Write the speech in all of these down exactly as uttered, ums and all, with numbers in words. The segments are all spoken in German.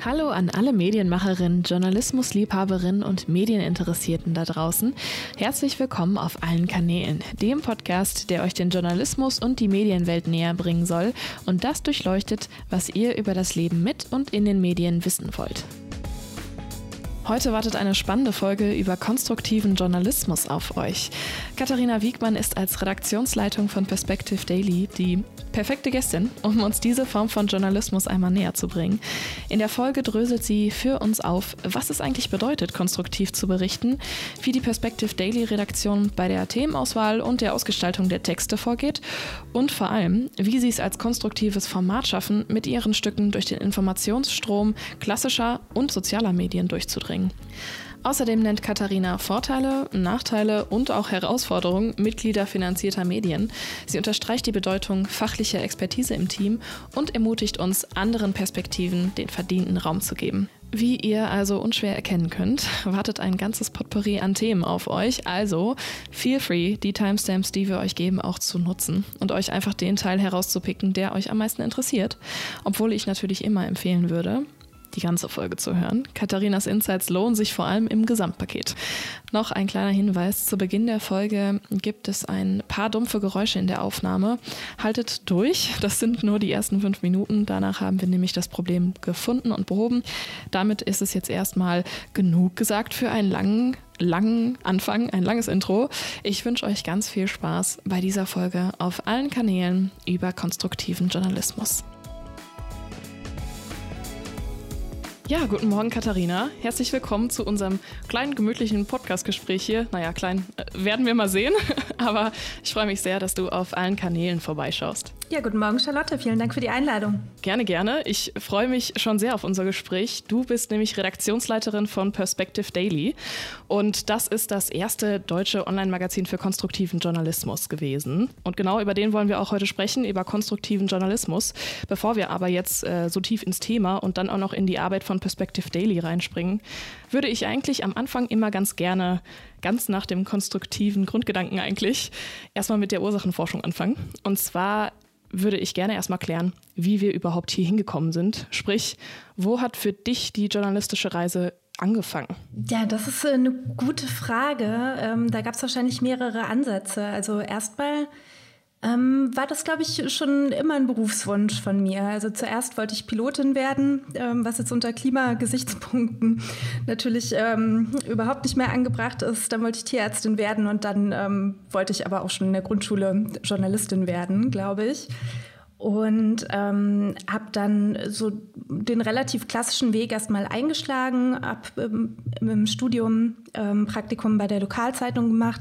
Hallo an alle Medienmacherinnen, Journalismusliebhaberinnen und Medieninteressierten da draußen. Herzlich willkommen auf allen Kanälen, dem Podcast, der euch den Journalismus und die Medienwelt näher bringen soll und das durchleuchtet, was ihr über das Leben mit und in den Medien wissen wollt. Heute wartet eine spannende Folge über konstruktiven Journalismus auf euch. Katharina Wiegmann ist als Redaktionsleitung von Perspective Daily die perfekte Gästin, um uns diese Form von Journalismus einmal näher zu bringen. In der Folge dröselt sie für uns auf, was es eigentlich bedeutet, konstruktiv zu berichten, wie die Perspective Daily Redaktion bei der Themenauswahl und der Ausgestaltung der Texte vorgeht und vor allem, wie sie es als konstruktives Format schaffen, mit ihren Stücken durch den Informationsstrom klassischer und sozialer Medien durchzudringen. Außerdem nennt Katharina Vorteile, Nachteile und auch Herausforderungen mitgliederfinanzierter Medien. Sie unterstreicht die Bedeutung fachlicher Expertise im Team und ermutigt uns, anderen Perspektiven den verdienten Raum zu geben. Wie ihr also unschwer erkennen könnt, wartet ein ganzes Potpourri an Themen auf euch. Also feel free, die Timestamps, die wir euch geben, auch zu nutzen und euch einfach den Teil herauszupicken, der euch am meisten interessiert. Obwohl ich natürlich immer empfehlen würde, die ganze Folge zu hören. Katharinas Insights lohnen sich vor allem im Gesamtpaket. Noch ein kleiner Hinweis: Zu Beginn der Folge gibt es ein paar dumpfe Geräusche in der Aufnahme. Haltet durch, das sind nur die ersten fünf Minuten. Danach haben wir nämlich das Problem gefunden und behoben. Damit ist es jetzt erstmal genug gesagt für einen langen, langen Anfang, ein langes Intro. Ich wünsche euch ganz viel Spaß bei dieser Folge auf allen Kanälen über konstruktiven Journalismus. Ja, guten Morgen Katharina. Herzlich willkommen zu unserem kleinen, gemütlichen Podcast-Gespräch hier. Naja, klein äh, werden wir mal sehen, aber ich freue mich sehr, dass du auf allen Kanälen vorbeischaust. Ja, guten Morgen Charlotte, vielen Dank für die Einladung. Gerne, gerne. Ich freue mich schon sehr auf unser Gespräch. Du bist nämlich Redaktionsleiterin von Perspective Daily und das ist das erste deutsche Online-Magazin für konstruktiven Journalismus gewesen. Und genau über den wollen wir auch heute sprechen, über konstruktiven Journalismus. Bevor wir aber jetzt äh, so tief ins Thema und dann auch noch in die Arbeit von Perspective Daily reinspringen, würde ich eigentlich am Anfang immer ganz gerne, ganz nach dem konstruktiven Grundgedanken eigentlich, erstmal mit der Ursachenforschung anfangen. Und zwar würde ich gerne erstmal klären, wie wir überhaupt hier hingekommen sind. Sprich, wo hat für dich die journalistische Reise angefangen? Ja, das ist eine gute Frage. Ähm, da gab es wahrscheinlich mehrere Ansätze. Also erstmal ähm, war das, glaube ich, schon immer ein Berufswunsch von mir. Also zuerst wollte ich Pilotin werden, ähm, was jetzt unter Klimagesichtspunkten natürlich ähm, überhaupt nicht mehr angebracht ist. Dann wollte ich Tierärztin werden und dann ähm, wollte ich aber auch schon in der Grundschule Journalistin werden, glaube ich. Und ähm, habe dann so den relativ klassischen Weg erstmal eingeschlagen, ab ähm, im Studium ähm, Praktikum bei der Lokalzeitung gemacht.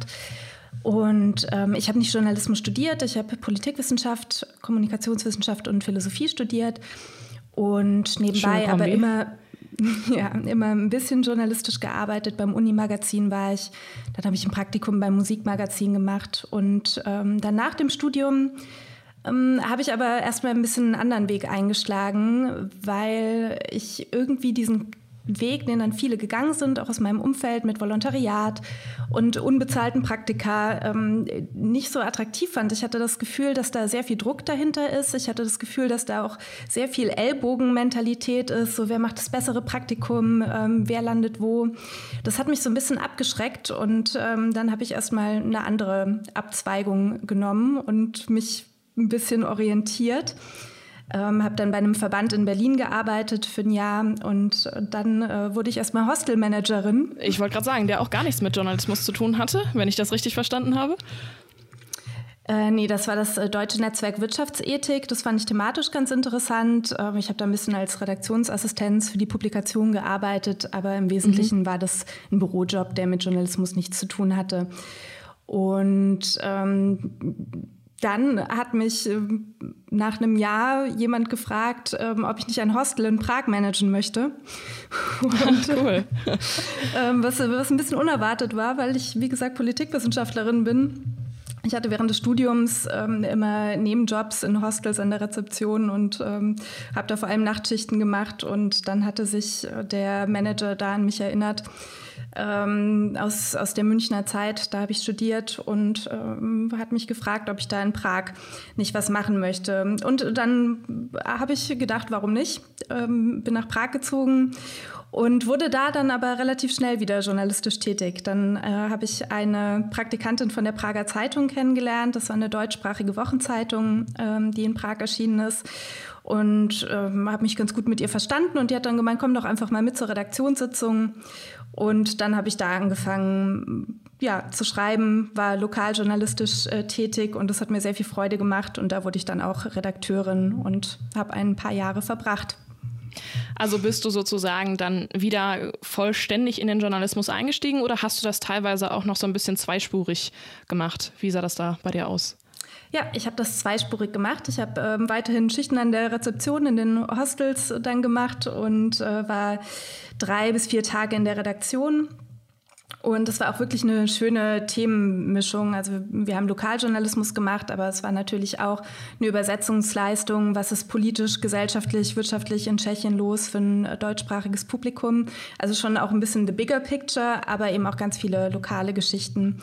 Und ähm, ich habe nicht Journalismus studiert, ich habe Politikwissenschaft, Kommunikationswissenschaft und Philosophie studiert und nebenbei aber immer, ja, immer ein bisschen journalistisch gearbeitet. Beim Uni-Magazin war ich, dann habe ich ein Praktikum beim Musikmagazin gemacht und ähm, dann nach dem Studium ähm, habe ich aber erstmal ein bisschen einen anderen Weg eingeschlagen, weil ich irgendwie diesen Weg, den dann viele gegangen sind, auch aus meinem Umfeld mit Volontariat und unbezahlten Praktika, ähm, nicht so attraktiv fand. Ich hatte das Gefühl, dass da sehr viel Druck dahinter ist. Ich hatte das Gefühl, dass da auch sehr viel Ellbogenmentalität ist. So, wer macht das bessere Praktikum? Ähm, wer landet wo? Das hat mich so ein bisschen abgeschreckt und ähm, dann habe ich erstmal eine andere Abzweigung genommen und mich ein bisschen orientiert. Ähm, habe dann bei einem Verband in Berlin gearbeitet für ein Jahr und dann äh, wurde ich erstmal Hostelmanagerin. Ich wollte gerade sagen, der auch gar nichts mit Journalismus zu tun hatte, wenn ich das richtig verstanden habe. Äh, nee, das war das äh, Deutsche Netzwerk Wirtschaftsethik. Das fand ich thematisch ganz interessant. Ähm, ich habe da ein bisschen als Redaktionsassistenz für die Publikation gearbeitet, aber im Wesentlichen mhm. war das ein Bürojob, der mit Journalismus nichts zu tun hatte. Und ähm, Dann hat mich äh, nach einem Jahr jemand gefragt, ähm, ob ich nicht ein Hostel in Prag managen möchte. Und, cool. ähm, was, was ein bisschen unerwartet war, weil ich, wie gesagt, Politikwissenschaftlerin bin. Ich hatte während des Studiums ähm, immer Nebenjobs in Hostels an der Rezeption und ähm, habe da vor allem Nachtschichten gemacht. Und dann hatte sich der Manager da an mich erinnert, ähm, aus, aus der Münchner Zeit. Da habe ich studiert und ähm, hat mich gefragt, ob ich da in Prag nicht was machen möchte. Und dann habe ich gedacht, warum nicht? Ähm, bin nach Prag gezogen und wurde da dann aber relativ schnell wieder journalistisch tätig. Dann äh, habe ich eine Praktikantin von der Prager Zeitung kennengelernt. Das war eine deutschsprachige Wochenzeitung, ähm, die in Prag erschienen ist. Und ähm, habe mich ganz gut mit ihr verstanden. Und die hat dann gemeint, komm doch einfach mal mit zur Redaktionssitzung. Und dann habe ich da angefangen, ja, zu schreiben, war lokaljournalistisch äh, tätig. Und das hat mir sehr viel Freude gemacht. Und da wurde ich dann auch Redakteurin und habe ein paar Jahre verbracht. Also bist du sozusagen dann wieder vollständig in den Journalismus eingestiegen oder hast du das teilweise auch noch so ein bisschen zweispurig gemacht? Wie sah das da bei dir aus? Ja, ich habe das zweispurig gemacht. Ich habe ähm, weiterhin Schichten an der Rezeption in den Hostels dann gemacht und äh, war drei bis vier Tage in der Redaktion. Und es war auch wirklich eine schöne Themenmischung. Also wir haben Lokaljournalismus gemacht, aber es war natürlich auch eine Übersetzungsleistung. Was ist politisch, gesellschaftlich, wirtschaftlich in Tschechien los für ein deutschsprachiges Publikum? Also schon auch ein bisschen the bigger picture, aber eben auch ganz viele lokale Geschichten.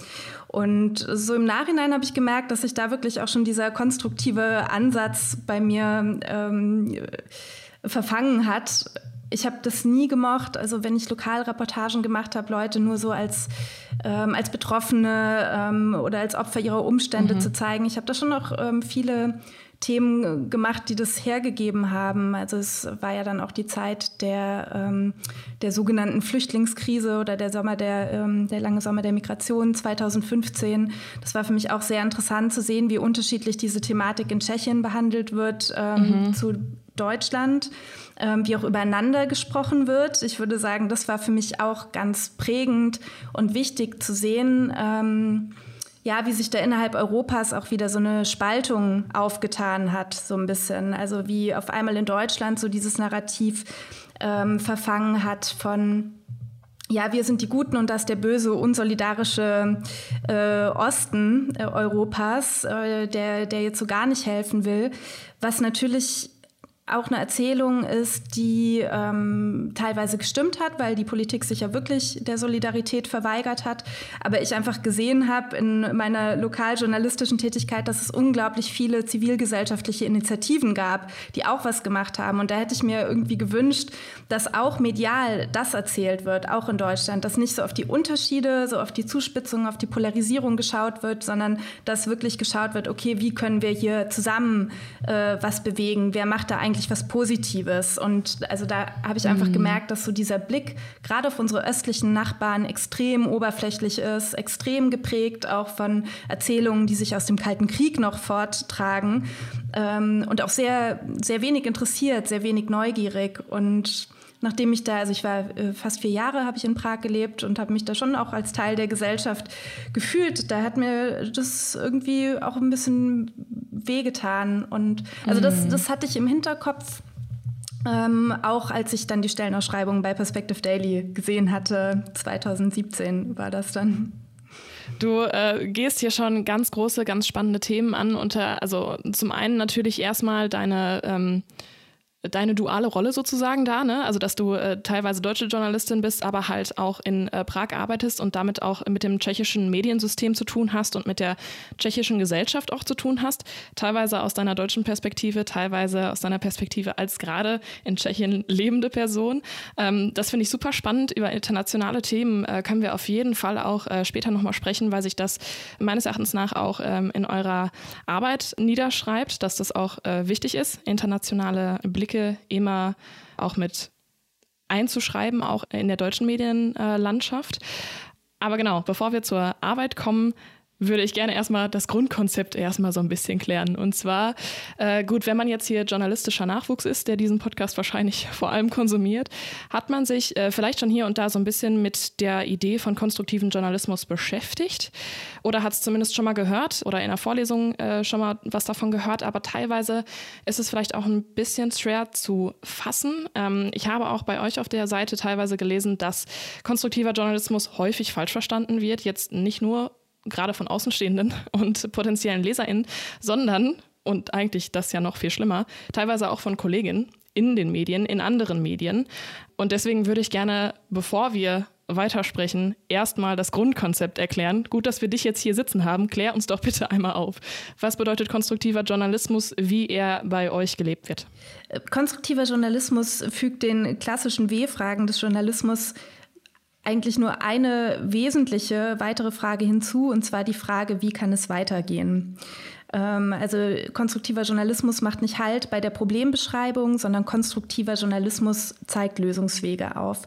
Und so im Nachhinein habe ich gemerkt, dass sich da wirklich auch schon dieser konstruktive Ansatz bei mir ähm, verfangen hat. Ich habe das nie gemocht, also wenn ich Lokalreportagen gemacht habe, Leute nur so als, ähm, als Betroffene ähm, oder als Opfer ihrer Umstände mhm. zu zeigen. Ich habe da schon noch ähm, viele Themen gemacht, die das hergegeben haben. Also es war ja dann auch die Zeit der, ähm, der sogenannten Flüchtlingskrise oder der Sommer der, ähm, der lange Sommer der Migration zweitausendfünfzehn. Das war für mich auch sehr interessant zu sehen, wie unterschiedlich diese Thematik in Tschechien behandelt wird ähm, mhm. zu Deutschland, ähm, wie auch übereinander gesprochen wird. Ich würde sagen, das war für mich auch ganz prägend und wichtig zu sehen, ähm, ja, wie sich da innerhalb Europas auch wieder so eine Spaltung aufgetan hat, so ein bisschen. Also wie auf einmal in Deutschland so dieses Narrativ ähm, verfangen hat von ja, wir sind die Guten und das ist der böse, unsolidarische äh, Osten äh, Europas, äh, der, der jetzt so gar nicht helfen will, was natürlich auch eine Erzählung ist, die ähm, teilweise gestimmt hat, weil die Politik sich ja wirklich der Solidarität verweigert hat. Aber ich einfach gesehen habe in meiner lokaljournalistischen Tätigkeit, dass es unglaublich viele zivilgesellschaftliche Initiativen gab, die auch was gemacht haben. Und da hätte ich mir irgendwie gewünscht, dass auch medial das erzählt wird, auch in Deutschland, dass nicht so auf die Unterschiede, so auf die Zuspitzung, auf die Polarisierung geschaut wird, sondern dass wirklich geschaut wird, okay, wie können wir hier zusammen äh, was bewegen? Wer macht da eigentlich was Positives? Und also da habe ich einfach mhm. gemerkt, dass so dieser Blick gerade auf unsere östlichen Nachbarn extrem oberflächlich ist, extrem geprägt auch von Erzählungen, die sich aus dem Kalten Krieg noch forttragen ähm, und auch sehr, sehr wenig interessiert, sehr wenig neugierig. Und nachdem ich da, also ich war äh, fast vier Jahre, habe ich in Prag gelebt und habe mich da schon auch als Teil der Gesellschaft gefühlt. Da hat mir das irgendwie auch ein bisschen wehgetan. Und also das, das hatte ich im Hinterkopf, ähm, auch als ich dann die Stellenausschreibung bei Perspective Daily gesehen hatte. zweitausendsiebzehn war das dann. Du äh, gehst hier schon ganz große, ganz spannende Themen an. Unter, also zum einen natürlich erstmal deine ähm, deine duale Rolle sozusagen da, ne? Also dass du äh, teilweise deutsche Journalistin bist, aber halt auch in äh, Prag arbeitest und damit auch mit dem tschechischen Mediensystem zu tun hast und mit der tschechischen Gesellschaft auch zu tun hast. Teilweise aus deiner deutschen Perspektive, teilweise aus deiner Perspektive als gerade in Tschechien lebende Person. Ähm, das finde ich super spannend. Über internationale Themen äh, können wir auf jeden Fall auch äh, später nochmal sprechen, weil sich das meines Erachtens nach auch ähm, in eurer Arbeit niederschreibt, dass das auch äh, wichtig ist, internationale Blicke immer auch mit einzuschreiben, auch in der deutschen Medienlandschaft. Aber genau, bevor wir zur Arbeit kommen, würde ich gerne erstmal das Grundkonzept erstmal so ein bisschen klären. Und zwar, äh, gut, wenn man jetzt hier journalistischer Nachwuchs ist, der diesen Podcast wahrscheinlich vor allem konsumiert, hat man sich äh, vielleicht schon hier und da so ein bisschen mit der Idee von konstruktivem Journalismus beschäftigt oder hat es zumindest schon mal gehört oder in der Vorlesung äh, schon mal was davon gehört, aber teilweise ist es vielleicht auch ein bisschen schwer zu fassen. Ähm, ich habe auch bei euch auf der Seite teilweise gelesen, dass konstruktiver Journalismus häufig falsch verstanden wird, jetzt nicht nur gerade von Außenstehenden und potenziellen LeserInnen, sondern, und eigentlich das ja noch viel schlimmer, teilweise auch von Kolleginnen in den Medien, in anderen Medien. Und deswegen würde ich gerne, bevor wir weitersprechen, erstmal das Grundkonzept erklären. Gut, dass wir dich jetzt hier sitzen haben. Klär uns doch bitte einmal auf. Was bedeutet konstruktiver Journalismus, wie er bei euch gelebt wird? Konstruktiver Journalismus fügt den klassischen W-Fragen des Journalismus eigentlich nur eine wesentliche weitere Frage hinzu, und zwar die Frage, wie kann es weitergehen? Also konstruktiver Journalismus macht nicht Halt bei der Problembeschreibung, sondern konstruktiver Journalismus zeigt Lösungswege auf.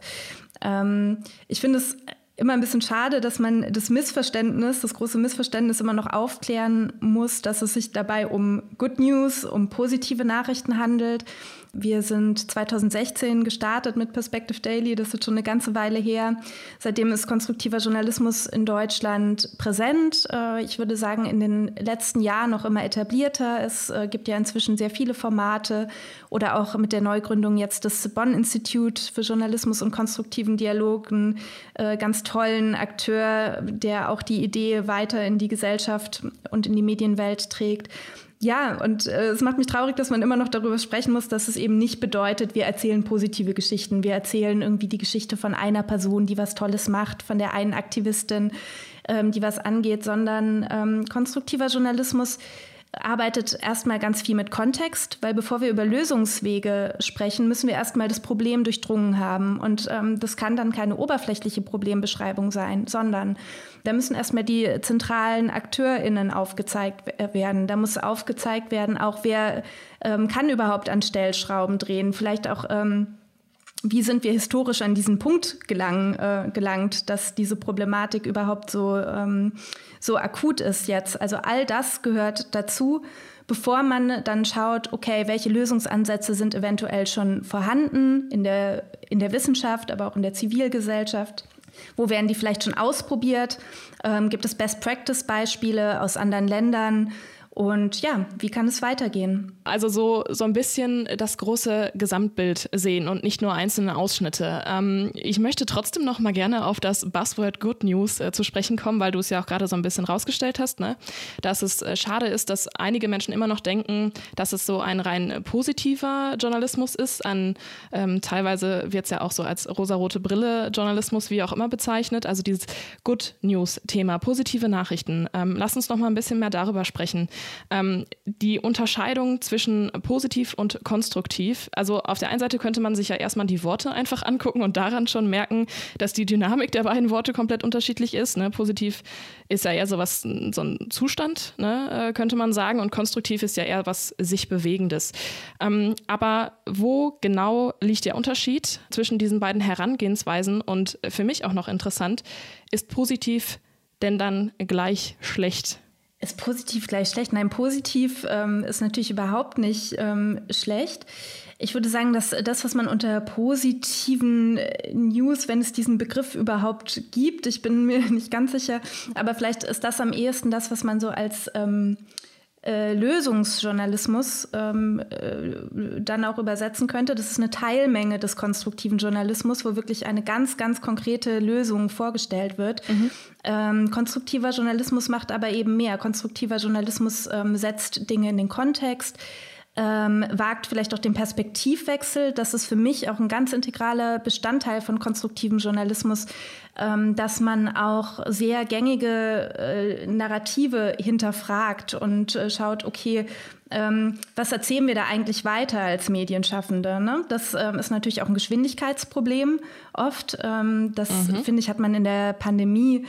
Ich finde es immer ein bisschen schade, dass man das Missverständnis, das große Missverständnis immer noch aufklären muss, dass es sich dabei um Good News, um positive Nachrichten handelt. Wir sind zwanzig sechzehn gestartet mit Perspective Daily, das ist schon eine ganze Weile her. Seitdem ist konstruktiver Journalismus in Deutschland präsent. Ich würde sagen, in den letzten Jahren noch immer etablierter. Es gibt ja inzwischen sehr viele Formate oder auch mit der Neugründung jetzt des Bonn Institut für Journalismus und konstruktiven Dialog, einen ganz tollen Akteur, der auch die Idee weiter in die Gesellschaft und in die Medienwelt trägt. Ja, und äh, es macht mich traurig, dass man immer noch darüber sprechen muss, dass es eben nicht bedeutet, wir erzählen positive Geschichten. Wir erzählen irgendwie die Geschichte von einer Person, die was Tolles macht, von der einen Aktivistin, ähm, die was angeht, sondern ähm, konstruktiver Journalismus arbeitet erstmal ganz viel mit Kontext, weil bevor wir über Lösungswege sprechen, müssen wir erstmal das Problem durchdrungen haben. Und ähm, das kann dann keine oberflächliche Problembeschreibung sein, sondern da müssen erstmal die zentralen AkteurInnen aufgezeigt werden. Da muss aufgezeigt werden, auch wer ähm, kann überhaupt an Stellschrauben drehen, vielleicht auch ähm, wie sind wir historisch an diesen Punkt gelang, äh, gelangt, dass diese Problematik überhaupt so, ähm, so akut ist jetzt. Also all das gehört dazu, bevor man dann schaut, okay, welche Lösungsansätze sind eventuell schon vorhanden in der, in der Wissenschaft, aber auch in der Zivilgesellschaft. Wo werden die vielleicht schon ausprobiert? Ähm, gibt es Best-Practice-Beispiele aus anderen Ländern? Und ja, wie kann es weitergehen? Also so, so ein bisschen das große Gesamtbild sehen und nicht nur einzelne Ausschnitte. Ähm, ich möchte trotzdem noch mal gerne auf das Buzzword Good News äh, zu sprechen kommen, weil du es ja auch gerade so ein bisschen rausgestellt hast, ne? Dass es äh, schade ist, dass einige Menschen immer noch denken, dass es so ein rein positiver Journalismus ist. An, ähm, teilweise wird es ja auch so als rosarote Brille Journalismus, wie auch immer, bezeichnet. Also dieses Good News-Thema, positive Nachrichten. Ähm, lass uns noch mal ein bisschen mehr darüber sprechen. Ähm, die Unterscheidung zwischen positiv und konstruktiv. Also auf der einen Seite könnte man sich ja erstmal die Worte einfach angucken und daran schon merken, dass die Dynamik der beiden Worte komplett unterschiedlich ist. Ne? Positiv ist ja eher sowas, so ein Zustand, ne? äh, könnte man sagen. Und konstruktiv ist ja eher was sich Bewegendes. Ähm, aber wo genau liegt der Unterschied zwischen diesen beiden Herangehensweisen? Und für mich auch noch interessant, ist positiv denn dann gleich schlecht? Ist positiv gleich schlecht? Nein, positiv ähm, ist natürlich überhaupt nicht ähm, schlecht. Ich würde sagen, dass das, was man unter positiven News, wenn es diesen Begriff überhaupt gibt, ich bin mir nicht ganz sicher, aber vielleicht ist das am ehesten das, was man so als ähm, äh, Lösungsjournalismus ähm, äh, dann auch übersetzen könnte. Das ist eine Teilmenge des konstruktiven Journalismus, wo wirklich eine ganz, ganz konkrete Lösung vorgestellt wird. Mhm. Ähm, konstruktiver Journalismus macht aber eben mehr. Konstruktiver Journalismus ähm, setzt Dinge in den Kontext, ähm, wagt vielleicht auch den Perspektivwechsel. Das ist für mich auch ein ganz integraler Bestandteil von konstruktivem Journalismus, ähm, dass man auch sehr gängige äh, Narrative hinterfragt und äh, schaut, okay, ähm, was erzählen wir da eigentlich weiter als Medienschaffende? Ne? Das ähm, ist natürlich auch ein Geschwindigkeitsproblem oft. Ähm, das, mhm. finde ich, hat man in der Pandemie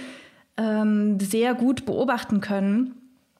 ähm, sehr gut beobachten können.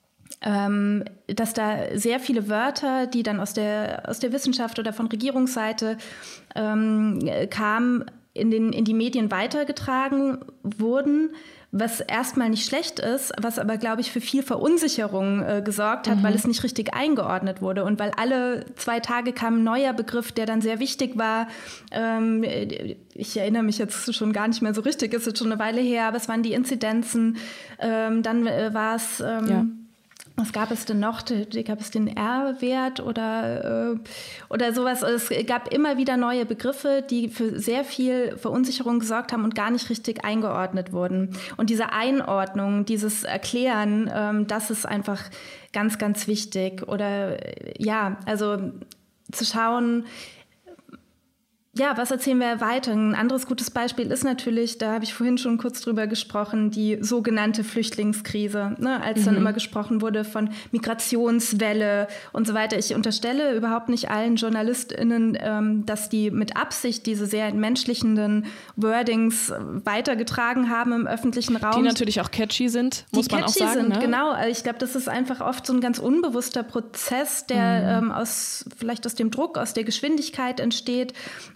Ähm, dass da sehr viele Wörter, die dann aus der, aus der Wissenschaft oder von Regierungsseite ähm, kamen, in, den, in die Medien weitergetragen wurden, was erstmal nicht schlecht ist, was aber, glaube ich, für viel Verunsicherung äh, gesorgt hat, mhm. weil es nicht richtig eingeordnet wurde und weil alle zwei Tage kam ein neuer Begriff, der dann sehr wichtig war. Ähm, ich erinnere mich jetzt schon gar nicht mehr so richtig, ist jetzt schon eine Weile her, aber es waren die Inzidenzen. Ähm, dann äh, war es... Ähm, ja. Was gab es denn noch? Gab es den R-Wert oder, äh, oder sowas? Es gab immer wieder neue Begriffe, die für sehr viel Verunsicherung gesorgt haben und gar nicht richtig eingeordnet wurden. Und diese Einordnung, dieses Erklären, ähm, das ist einfach ganz, ganz wichtig. Oder ja, also zu schauen, Ja, was erzählen wir weiter? Ein anderes gutes Beispiel ist natürlich, da habe ich vorhin schon kurz drüber gesprochen, die sogenannte Flüchtlingskrise, ne? Als mhm. dann immer gesprochen wurde von Migrationswelle und so weiter. Ich unterstelle überhaupt nicht allen JournalistInnen, ähm, dass die mit Absicht diese sehr entmenschlichenden Wordings weitergetragen haben im öffentlichen Raum. Die natürlich auch catchy sind, muss die man auch sagen. Sind, ne? Genau. Also ich glaube, das ist einfach oft so ein ganz unbewusster Prozess, der mhm. ähm, aus vielleicht aus dem Druck, aus der Geschwindigkeit entsteht.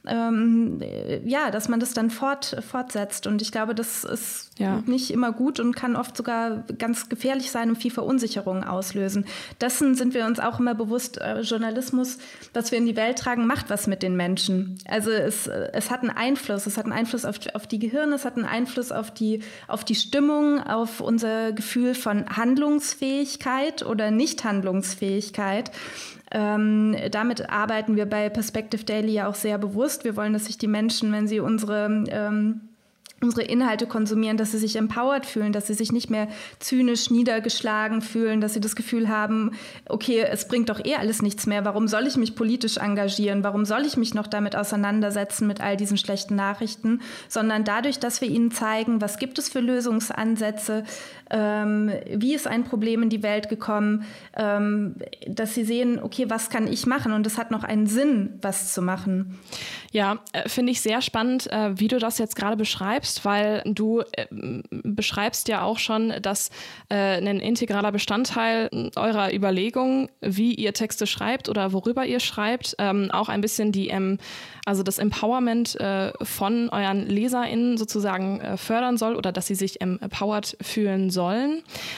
Ähm, ja, dass man das dann fort, fortsetzt. Und ich glaube, das ist ja. nicht immer gut und kann oft sogar ganz gefährlich sein und viel Verunsicherung auslösen. Dessen sind wir uns auch immer bewusst, äh, Journalismus, was wir in die Welt tragen, macht was mit den Menschen. Also es, es hat einen Einfluss. Es hat einen Einfluss auf, auf die Gehirne, es hat einen Einfluss auf die, auf die Stimmung, auf unser Gefühl von Handlungsfähigkeit oder Nichthandlungsfähigkeit. Ähm, damit arbeiten wir bei Perspective Daily ja auch sehr bewusst. Wir wollen, dass sich die Menschen, wenn sie unsere ähm, unsere Inhalte konsumieren, dass sie sich empowered fühlen, dass sie sich nicht mehr zynisch niedergeschlagen fühlen, dass sie das Gefühl haben, okay, es bringt doch eh alles nichts mehr, warum soll ich mich politisch engagieren, warum soll ich mich noch damit auseinandersetzen mit all diesen schlechten Nachrichten, sondern dadurch, dass wir ihnen zeigen, was gibt es für Lösungsansätze, ähm, wie ist ein Problem in die Welt gekommen, ähm, dass sie sehen, okay, was kann ich machen, und es hat noch einen Sinn, was zu machen. Ja, äh, finde ich sehr spannend, äh, wie du das jetzt gerade beschreibst, weil du äh, beschreibst ja auch schon, dass äh, ein integraler Bestandteil eurer Überlegungen, wie ihr Texte schreibt oder worüber ihr schreibt, ähm, auch ein bisschen die, ähm, also das Empowerment äh, von euren LeserInnen sozusagen äh, fördern soll oder dass sie sich empowered fühlen sollen.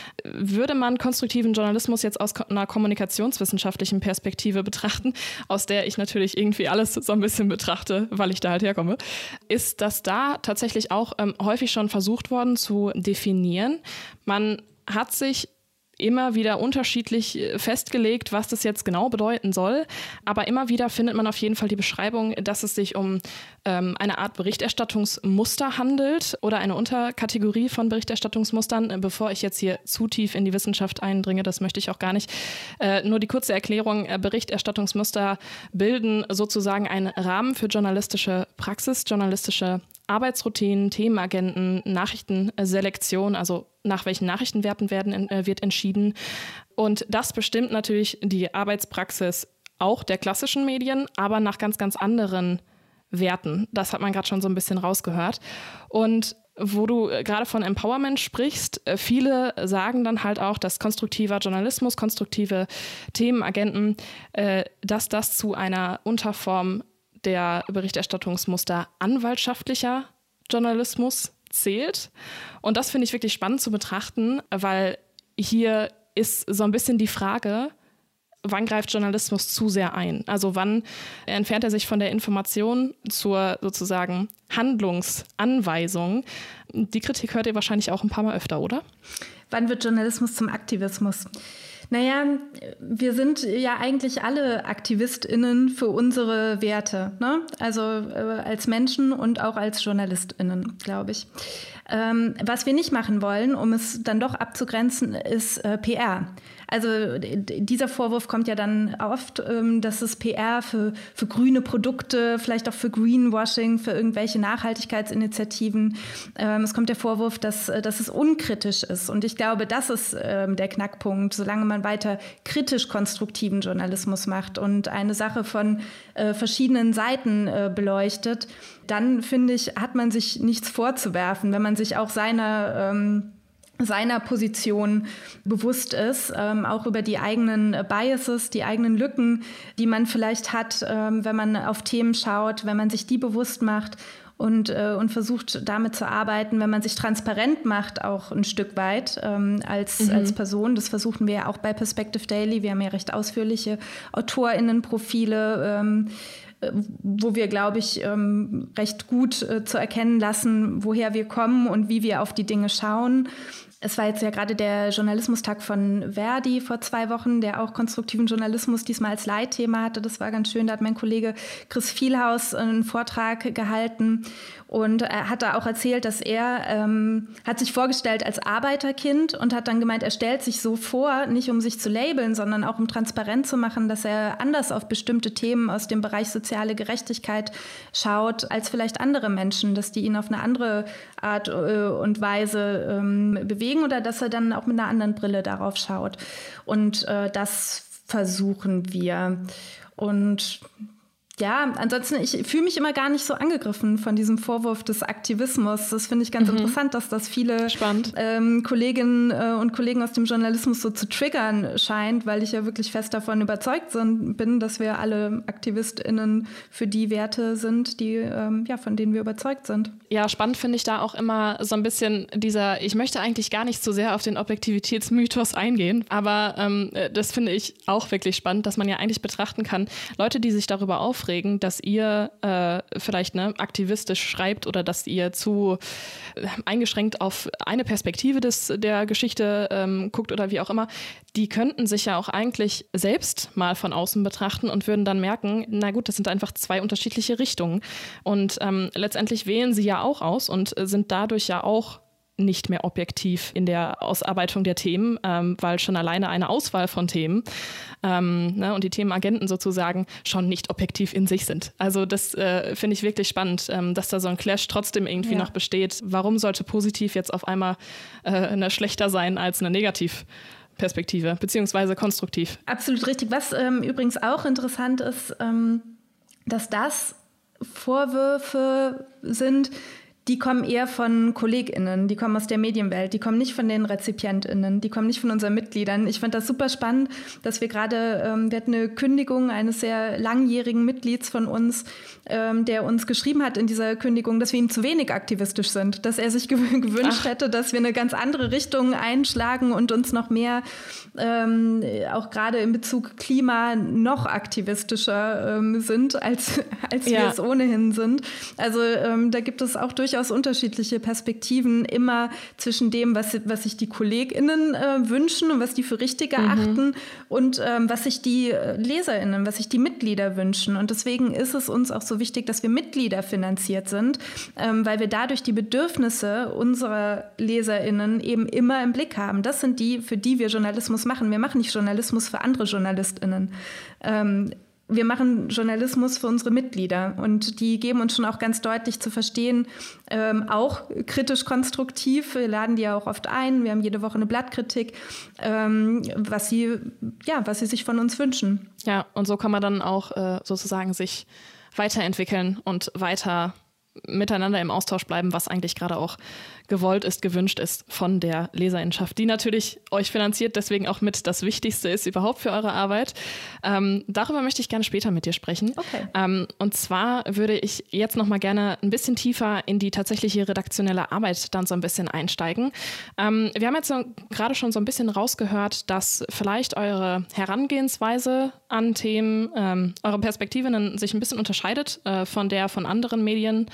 Würde man konstruktiven Journalismus jetzt aus einer kommunikationswissenschaftlichen Perspektive betrachten, aus der ich natürlich irgendwie alles so ein bisschen betrachte, weil ich da halt herkomme, ist das da tatsächlich auch ähm, häufig schon versucht worden zu definieren. Man hat sich immer wieder unterschiedlich festgelegt, was das jetzt genau bedeuten soll. Aber immer wieder findet man auf jeden Fall die Beschreibung, dass es sich um ähm, eine Art Berichterstattungsmuster handelt oder eine Unterkategorie von Berichterstattungsmustern. Bevor ich jetzt hier zu tief in die Wissenschaft eindringe, das möchte ich auch gar nicht. Äh, nur die kurze Erklärung, äh, Berichterstattungsmuster bilden sozusagen einen Rahmen für journalistische Praxis, journalistische Arbeitsroutinen, Themenagenten, Nachrichtenselektion, also nach welchen Nachrichtenwerten werden, äh, wird entschieden. Und das bestimmt natürlich die Arbeitspraxis auch der klassischen Medien, aber nach ganz, ganz anderen Werten. Das hat man gerade schon so ein bisschen rausgehört. Und wo du gerade von Empowerment sprichst, viele sagen dann halt auch, dass konstruktiver Journalismus, konstruktive Themenagenten, äh, dass das zu einer Unterform der Berichterstattungsmuster anwaltschaftlicher Journalismus zählt. Und das finde ich wirklich spannend zu betrachten, weil hier ist so ein bisschen die Frage, wann greift Journalismus zu sehr ein? Also wann entfernt er sich von der Information zur sozusagen Handlungsanweisung? Die Kritik hört ihr wahrscheinlich auch ein paar Mal öfter, oder? Wann wird Journalismus zum Aktivismus? Naja, wir sind ja eigentlich alle AktivistInnen für unsere Werte, ne? Also äh, als Menschen und auch als JournalistInnen, glaube ich. Ähm, was wir nicht machen wollen, um es dann doch abzugrenzen, ist äh, P R. Also d- dieser Vorwurf kommt ja dann oft, ähm, dass es P R für, für grüne Produkte, vielleicht auch für Greenwashing, für irgendwelche Nachhaltigkeitsinitiativen. Ähm, es kommt der Vorwurf, dass, dass es unkritisch ist. Und ich glaube, das ist ähm, der Knackpunkt, solange man weiter kritisch konstruktiven Journalismus macht und eine Sache von äh, verschiedenen Seiten äh, beleuchtet, dann, finde ich, hat man sich nichts vorzuwerfen, wenn man sich auch seiner, ähm, seiner Position bewusst ist, ähm, auch über die eigenen Biases, die eigenen Lücken, die man vielleicht hat, ähm, wenn man auf Themen schaut, wenn man sich die bewusst macht und, äh, und versucht, damit zu arbeiten, wenn man sich transparent macht, auch ein Stück weit ähm, als, mhm. als Person. Das versuchen wir ja auch bei Perspective Daily. Wir haben ja recht ausführliche AutorInnenprofile, ähm, wo wir, glaube ich, recht gut zu erkennen lassen, woher wir kommen und wie wir auf die Dinge schauen. es war jetzt ja gerade der Journalismustag von Verdi vor zwei Wochen, der auch konstruktiven Journalismus diesmal als Leitthema hatte. Das war ganz schön. Da hat mein Kollege Chris Vielhaus einen Vortrag gehalten und er hat da auch erzählt, dass er ähm, hat sich vorgestellt als Arbeiterkind und hat dann gemeint, er stellt sich so vor, nicht um sich zu labeln, sondern auch um transparent zu machen, dass er anders auf bestimmte Themen aus dem Bereich soziale Gerechtigkeit schaut als vielleicht andere Menschen, dass die ihn auf eine andere Art äh, und Weise ähm, bewegen oder dass er dann auch mit einer anderen Brille darauf schaut. Und äh, das versuchen wir. Und ja, ansonsten, ich fühle mich immer gar nicht so angegriffen von diesem Vorwurf des Aktivismus. Das finde ich ganz mhm. interessant, dass das viele ähm, Kolleginnen äh, und Kollegen aus dem Journalismus so zu triggern scheint, weil ich ja wirklich fest davon überzeugt sind, bin, dass wir alle AktivistInnen für die Werte sind, die, ähm, ja, von denen wir überzeugt sind. Ja, spannend finde ich da auch immer so ein bisschen dieser, ich möchte eigentlich gar nicht so sehr auf den Objektivitätsmythos eingehen, aber ähm, das finde ich auch wirklich spannend, dass man ja eigentlich betrachten kann, Leute, die sich darüber aufregen, dass ihr äh, vielleicht ne, aktivistisch schreibt oder dass ihr zu äh, eingeschränkt auf eine Perspektive des, der Geschichte ähm, guckt oder wie auch immer, die könnten sich ja auch eigentlich selbst mal von außen betrachten und würden dann merken, na gut, das sind einfach zwei unterschiedliche Richtungen. Und ähm, letztendlich wählen sie ja auch aus und sind dadurch ja auch nicht mehr objektiv in der Ausarbeitung der Themen, ähm, weil schon alleine eine Auswahl von Themen ähm, ne, und die Themenagenten sozusagen schon nicht objektiv in sich sind. Also das äh, finde ich wirklich spannend, ähm, dass da so ein Clash trotzdem irgendwie ja. noch besteht. Warum sollte positiv jetzt auf einmal äh, eine schlechter sein als eine negativ? Perspektive, beziehungsweise konstruktiv. Absolut richtig. Was ähm, übrigens auch interessant ist, ähm, dass das Vorwürfe sind, die kommen eher von KollegInnen, die kommen aus der Medienwelt, die kommen nicht von den RezipientInnen, die kommen nicht von unseren Mitgliedern. Ich fand das super spannend, dass wir gerade, ähm, wir hatten eine Kündigung eines sehr langjährigen Mitglieds von uns, ähm, der uns geschrieben hat in dieser Kündigung, dass wir ihm zu wenig aktivistisch sind, dass er sich gew- gewünscht Ach. hätte, dass wir eine ganz andere Richtung einschlagen und uns noch mehr, ähm, auch gerade in Bezug Klima, noch aktivistischer ähm, sind, als, als ja. wir es ohnehin sind. Also ähm, da gibt es auch durchaus unterschiedliche Perspektiven immer zwischen dem, was, was sich die KollegInnen äh, wünschen und was die für richtig erachten mhm. und ähm, was sich die LeserInnen, was sich die Mitglieder wünschen. Und deswegen ist es uns auch so wichtig, dass wir Mitglieder finanziert sind, ähm, weil wir dadurch die Bedürfnisse unserer LeserInnen eben immer im Blick haben. Das sind die, für die wir Journalismus machen. Wir machen nicht Journalismus für andere JournalistInnen. Ähm, Wir machen Journalismus für unsere Mitglieder und die geben uns schon auch ganz deutlich zu verstehen, ähm, auch kritisch-konstruktiv. Wir laden die ja auch oft ein. Wir haben jede Woche eine Blattkritik, ähm, was sie, ja, was sie sich von uns wünschen. Ja, und so kann man dann auch äh, sozusagen sich weiterentwickeln und weiter miteinander im Austausch bleiben, was eigentlich gerade auch gewollt ist, gewünscht ist von der Leserinnenschaft, die natürlich euch finanziert, deswegen auch mit das Wichtigste ist überhaupt für eure Arbeit. Ähm, darüber möchte ich gerne später mit dir sprechen. Okay. Ähm, und zwar würde ich jetzt noch mal gerne ein bisschen tiefer in die tatsächliche redaktionelle Arbeit dann so ein bisschen einsteigen. Ähm, wir haben jetzt so, gerade schon so ein bisschen rausgehört, dass vielleicht eure Herangehensweise an Themen, ähm, eure Perspektive dann sich ein bisschen unterscheidet äh, von der von anderen Medien.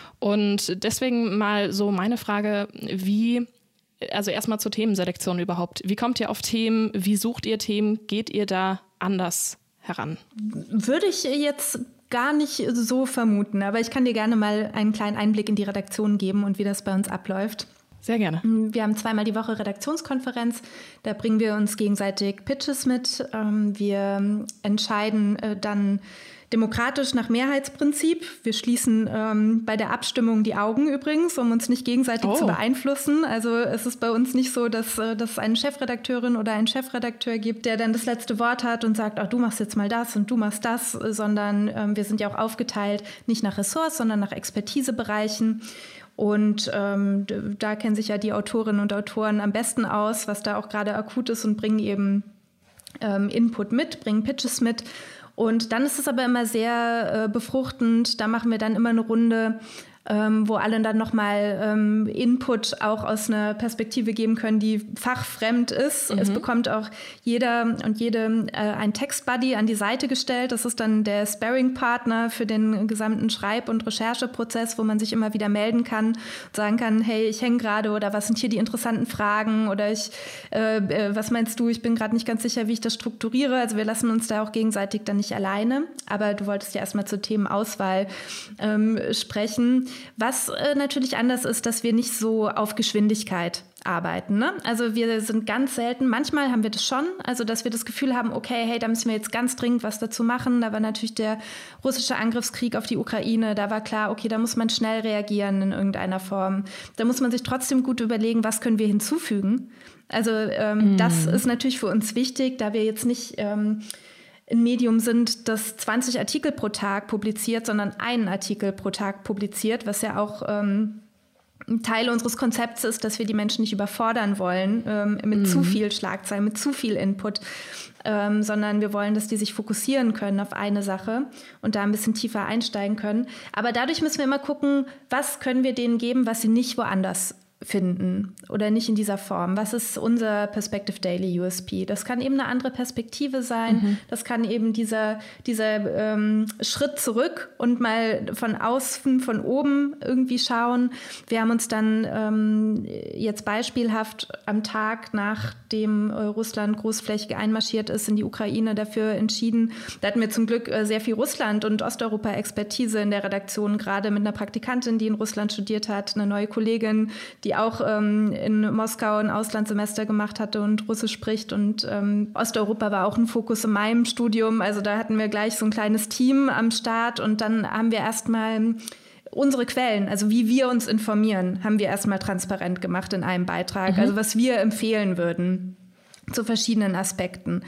Und deswegen mal so meine Frage, wie, also erstmal zur Themenselektion überhaupt. Wie kommt ihr auf Themen? Wie sucht ihr Themen? Geht ihr da anders heran? Würde ich jetzt gar nicht so vermuten, aber ich kann dir gerne mal einen kleinen Einblick in die Redaktion geben und wie das bei uns abläuft. Sehr gerne. Wir haben zweimal die Woche Redaktionskonferenz. Da bringen wir uns gegenseitig Pitches mit. Wir entscheiden dann demokratisch nach Mehrheitsprinzip. Wir schließen ähm, bei der Abstimmung die Augen übrigens, um uns nicht gegenseitig oh. zu beeinflussen. Also es ist bei uns nicht so, dass äh, dass es eine Chefredakteurin oder einen Chefredakteur gibt, der dann das letzte Wort hat und sagt, ach, du machst jetzt mal das und du machst das, sondern ähm, wir sind ja auch aufgeteilt, nicht nach Ressorts, sondern nach Expertisebereichen. Und ähm, da kennen sich ja die Autorinnen und Autoren am besten aus, was da auch gerade akut ist und bringen eben ähm, Input mit, bringen Pitches mit. Und dann ist es aber immer sehr äh, befruchtend. Da machen wir dann immer eine Runde ähm, wo alle dann nochmal ähm, Input auch aus einer Perspektive geben können, die fachfremd ist. Mhm. Es bekommt auch jeder und jede äh, ein Text-Buddy an die Seite gestellt. Das ist dann der Sparring-Partner für den gesamten Schreib- und Rechercheprozess, wo man sich immer wieder melden kann und sagen kann, hey, ich hänge gerade oder was sind hier die interessanten Fragen oder ich, äh, was meinst du, ich bin gerade nicht ganz sicher, wie ich das strukturiere. Also wir lassen uns da auch gegenseitig dann nicht alleine. Aber du wolltest ja erstmal zur Themenauswahl ähm, sprechen. Was äh, natürlich anders ist, dass wir nicht so auf Geschwindigkeit arbeiten. Ne? Also wir sind ganz selten, manchmal haben wir das schon, also dass wir das Gefühl haben, okay, hey, da müssen wir jetzt ganz dringend was dazu machen. Da war natürlich der russische Angriffskrieg auf die Ukraine, da war klar, okay, da muss man schnell reagieren in irgendeiner Form. Da muss man sich trotzdem gut überlegen, was können wir hinzufügen. Also ähm, mm. das ist natürlich für uns wichtig, da wir jetzt nicht ähm, ein Medium sind, das zwanzig Artikel pro Tag publiziert, sondern einen Artikel pro Tag publiziert, was ja auch ähm, ein Teil unseres Konzepts ist, dass wir die Menschen nicht überfordern wollen ähm, mit mhm. zu viel Schlagzeilen, mit zu viel Input, ähm, sondern wir wollen, dass die sich fokussieren können auf eine Sache und da ein bisschen tiefer einsteigen können. Aber dadurch müssen wir immer gucken, was können wir denen geben, was sie nicht woanders finden oder nicht in dieser Form. Was ist unser Perspective Daily U S P? Das kann eben eine andere Perspektive sein. Mhm. Das kann eben dieser, dieser ähm, Schritt zurück und mal von außen, von oben irgendwie schauen. Wir haben uns dann ähm, jetzt beispielhaft am Tag, nachdem äh, Russland großflächig einmarschiert ist in die Ukraine, dafür entschieden. Da hatten wir zum Glück äh, sehr viel Russland- und Osteuropa-Expertise in der Redaktion, gerade mit einer Praktikantin, die in Russland studiert hat, eine neue Kollegin, die die auch ähm, in Moskau ein Auslandssemester gemacht hatte und Russisch spricht. Und ähm, Osteuropa war auch ein Fokus in meinem Studium. Also da hatten wir gleich so ein kleines Team am Start. Und dann haben wir erstmal unsere Quellen, also wie wir uns informieren, haben wir erstmal transparent gemacht in einem Beitrag. Mhm. Also was wir empfehlen würden zu verschiedenen Aspekten.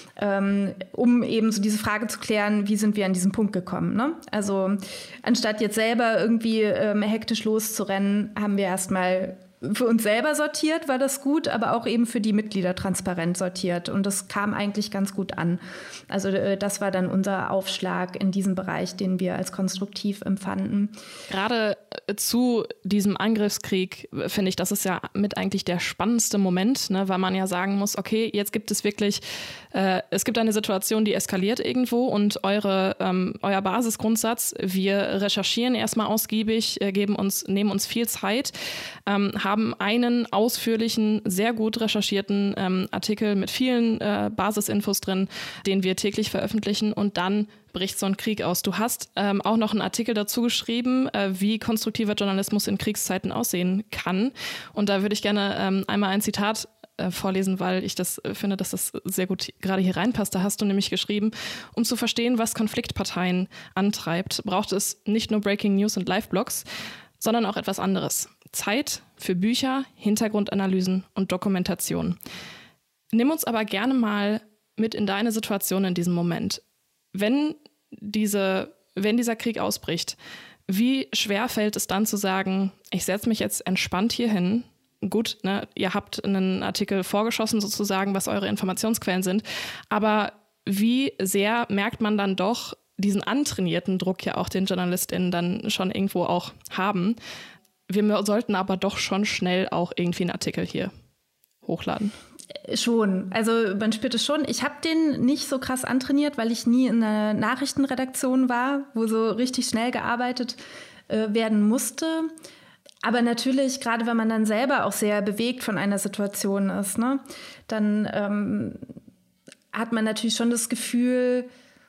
Ähm, um eben so diese Frage zu klären, wie sind wir an diesen Punkt gekommen. Ne? Also anstatt jetzt selber irgendwie ähm, hektisch loszurennen, haben wir erstmal für uns selber sortiert, war das gut, aber auch eben für die Mitglieder transparent sortiert. Und das kam eigentlich ganz gut an. Also äh, das war dann unser Aufschlag in diesem Bereich, den wir als konstruktiv empfanden. Gerade zu diesem Angriffskrieg finde ich, das ist ja mit eigentlich der spannendste Moment, ne, weil man ja sagen muss, okay, jetzt gibt es wirklich, äh, es gibt eine Situation, die eskaliert irgendwo und eure, ähm, euer Basisgrundsatz, wir recherchieren erstmal ausgiebig, äh, geben uns, nehmen uns viel Zeit, ähm, haben einen ausführlichen, sehr gut recherchierten ähm, Artikel mit vielen äh, Basisinfos drin, den wir täglich veröffentlichen und dann bricht so ein Krieg aus. Du hast ähm, auch noch einen Artikel dazu geschrieben, äh, wie konstruktiver Journalismus in Kriegszeiten aussehen kann. Und da würde ich gerne ähm, einmal ein Zitat äh, vorlesen, weil ich das äh, finde, dass das sehr gut gerade hier reinpasst. Da hast du nämlich geschrieben, um zu verstehen, was Konfliktparteien antreibt, braucht es nicht nur Breaking News und Live-Blogs, sondern auch etwas anderes. Zeit für Bücher, Hintergrundanalysen und Dokumentation. Nimm uns aber gerne mal mit in deine Situation in diesem Moment. Wenn diese, wenn dieser Krieg ausbricht, wie schwer fällt es dann zu sagen, ich setze mich jetzt entspannt hier hin, gut, ne, ihr habt einen Artikel vorgeschossen sozusagen, was eure Informationsquellen sind, aber wie sehr merkt man dann doch diesen antrainierten Druck ja auch den JournalistInnen dann schon irgendwo auch haben. Wir sollten aber doch schon schnell auch irgendwie einen Artikel hier hochladen. Schon, also man spürt es schon. Ich habe den nicht so krass antrainiert, weil ich nie in einer Nachrichtenredaktion war, wo so richtig schnell gearbeitet äh, werden musste. Aber natürlich, gerade wenn man dann selber auch sehr bewegt von einer Situation ist, ne, dann ähm, hat man natürlich schon das Gefühl,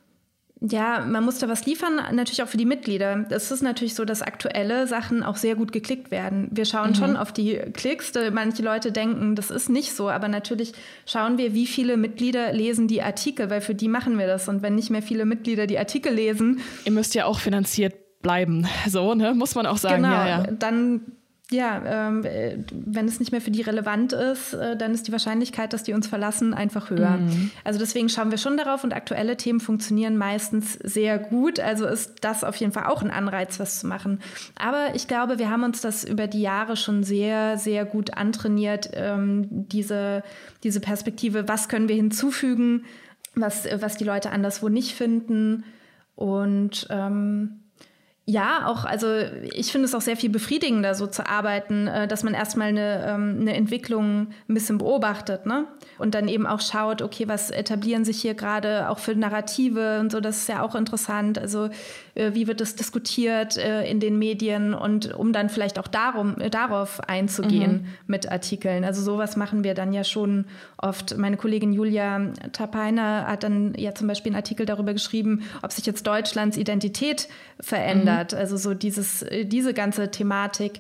ja, man muss da was liefern, natürlich auch für die Mitglieder. Es ist natürlich so, dass aktuelle Sachen auch sehr gut geklickt werden. Wir schauen mhm. schon auf die Klicks. Manche Leute denken, das ist nicht so. Aber natürlich schauen wir, wie viele Mitglieder lesen die Artikel, weil für die machen wir das. Und wenn nicht mehr viele Mitglieder die Artikel lesen... Ihr müsst ja auch finanziert bleiben, so, ne? Muss man auch sagen. Genau, ja, ja. dann... Ja, ähm, wenn es nicht mehr für die relevant ist, äh, dann ist die Wahrscheinlichkeit, dass die uns verlassen, einfach höher. Mhm. Also deswegen schauen wir schon darauf und aktuelle Themen funktionieren meistens sehr gut. Also ist das auf jeden Fall auch ein Anreiz, was zu machen. Aber ich glaube, wir haben uns das über die Jahre schon sehr, sehr gut antrainiert, ähm, diese, diese Perspektive, was können wir hinzufügen, was, was die Leute anderswo nicht finden. Und ähm, Ja, auch, also ich finde es auch sehr viel befriedigender, so zu arbeiten, dass man erstmal eine, eine Entwicklung ein bisschen beobachtet, ne? Und dann eben auch schaut, okay, was etablieren sich hier gerade auch für Narrative und so, das ist ja auch interessant. Also wie wird das diskutiert in den Medien und um dann vielleicht auch darum, darauf einzugehen mhm. mit Artikeln. Also sowas machen wir dann ja schon oft. Meine Kollegin Julia Tapainer hat dann ja zum Beispiel einen Artikel darüber geschrieben, ob sich jetzt Deutschlands Identität verändert. Mhm. Also so dieses, diese ganze Thematik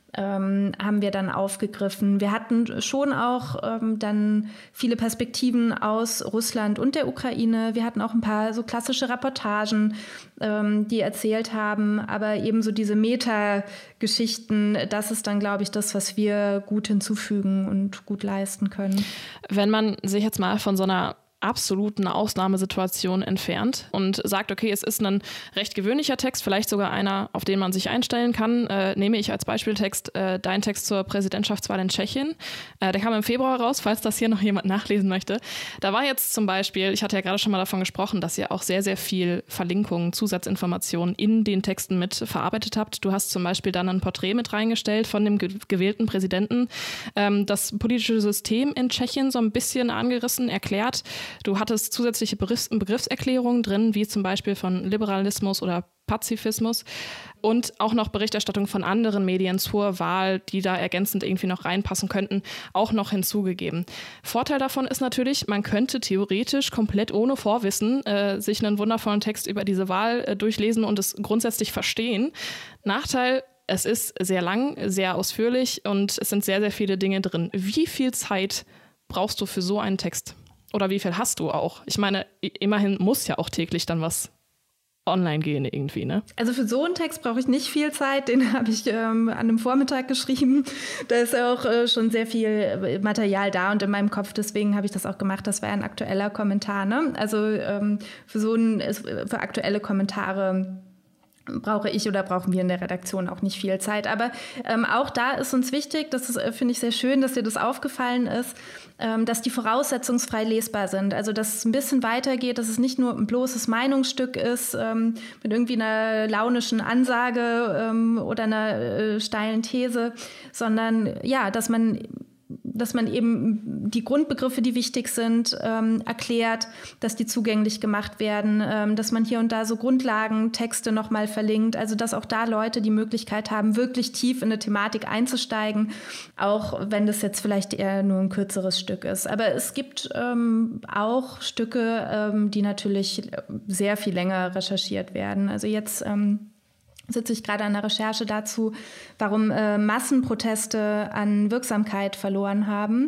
ähm, haben wir dann aufgegriffen. Wir hatten schon auch ähm, dann viele Perspektiven aus Russland und der Ukraine. Wir hatten auch ein paar so klassische Reportagen, ähm, die erzählt haben, aber eben so diese Meta-Geschichten, das ist dann, glaube ich, das, was wir gut hinzufügen und gut leisten können. Wenn man sich jetzt mal von so einer absoluten Ausnahmesituation entfernt und sagt, okay, es ist ein recht gewöhnlicher Text, vielleicht sogar einer, auf den man sich einstellen kann. Äh, nehme ich als Beispieltext äh, deinen Text zur Präsidentschaftswahl in Tschechien. Äh, der kam im Februar raus, falls das hier noch jemand nachlesen möchte. Da war jetzt zum Beispiel, ich hatte ja gerade schon mal davon gesprochen, dass ihr auch sehr, sehr viel Verlinkungen, Zusatzinformationen in den Texten mit verarbeitet habt. Du hast zum Beispiel dann ein Porträt mit reingestellt von dem ge- gewählten Präsidenten, ähm, das politische System in Tschechien so ein bisschen angerissen, erklärt. Du hattest zusätzliche Begriffs- Begriffserklärungen drin, wie zum Beispiel von Liberalismus oder Pazifismus und auch noch Berichterstattung von anderen Medien zur Wahl, die da ergänzend irgendwie noch reinpassen könnten, auch noch hinzugegeben. Vorteil davon ist natürlich, man könnte theoretisch komplett ohne Vorwissen äh, sich einen wundervollen Text über diese Wahl äh, durchlesen und es grundsätzlich verstehen. Nachteil: Es ist sehr lang, sehr ausführlich und es sind sehr, sehr viele Dinge drin. Wie viel Zeit brauchst du für so einen Text? Oder wie viel hast du auch? Ich meine, immerhin muss ja auch täglich dann was online gehen irgendwie, ne? Also für so einen Text brauche ich nicht viel Zeit. Den habe ich ähm, an einem Vormittag geschrieben. Da ist auch äh, schon sehr viel Material da und in meinem Kopf. Deswegen habe ich das auch gemacht. Das war ein aktueller Kommentar, ne? Also ähm, für so ein, für aktuelle Kommentare brauche ich oder brauchen wir in der Redaktion auch nicht viel Zeit. Aber ähm, auch da ist uns wichtig, das ist, äh, finde ich sehr schön, dass dir das aufgefallen ist, ähm, dass die voraussetzungsfrei lesbar sind. Also dass es ein bisschen weitergeht, dass es nicht nur ein bloßes Meinungsstück ist ähm, mit irgendwie einer launischen Ansage ähm, oder einer äh, steilen These, sondern ja, dass man dass man eben die Grundbegriffe, die wichtig sind, ähm, erklärt, dass die zugänglich gemacht werden, ähm, dass man hier und da so Grundlagentexte nochmal verlinkt, also dass auch da Leute die Möglichkeit haben, wirklich tief in eine Thematik einzusteigen, auch wenn das jetzt vielleicht eher nur ein kürzeres Stück ist. Aber es gibt ähm, auch Stücke, ähm, die natürlich sehr viel länger recherchiert werden. Also jetzt ähm, sitze ich gerade an der Recherche dazu, warum äh, Massenproteste an Wirksamkeit verloren haben.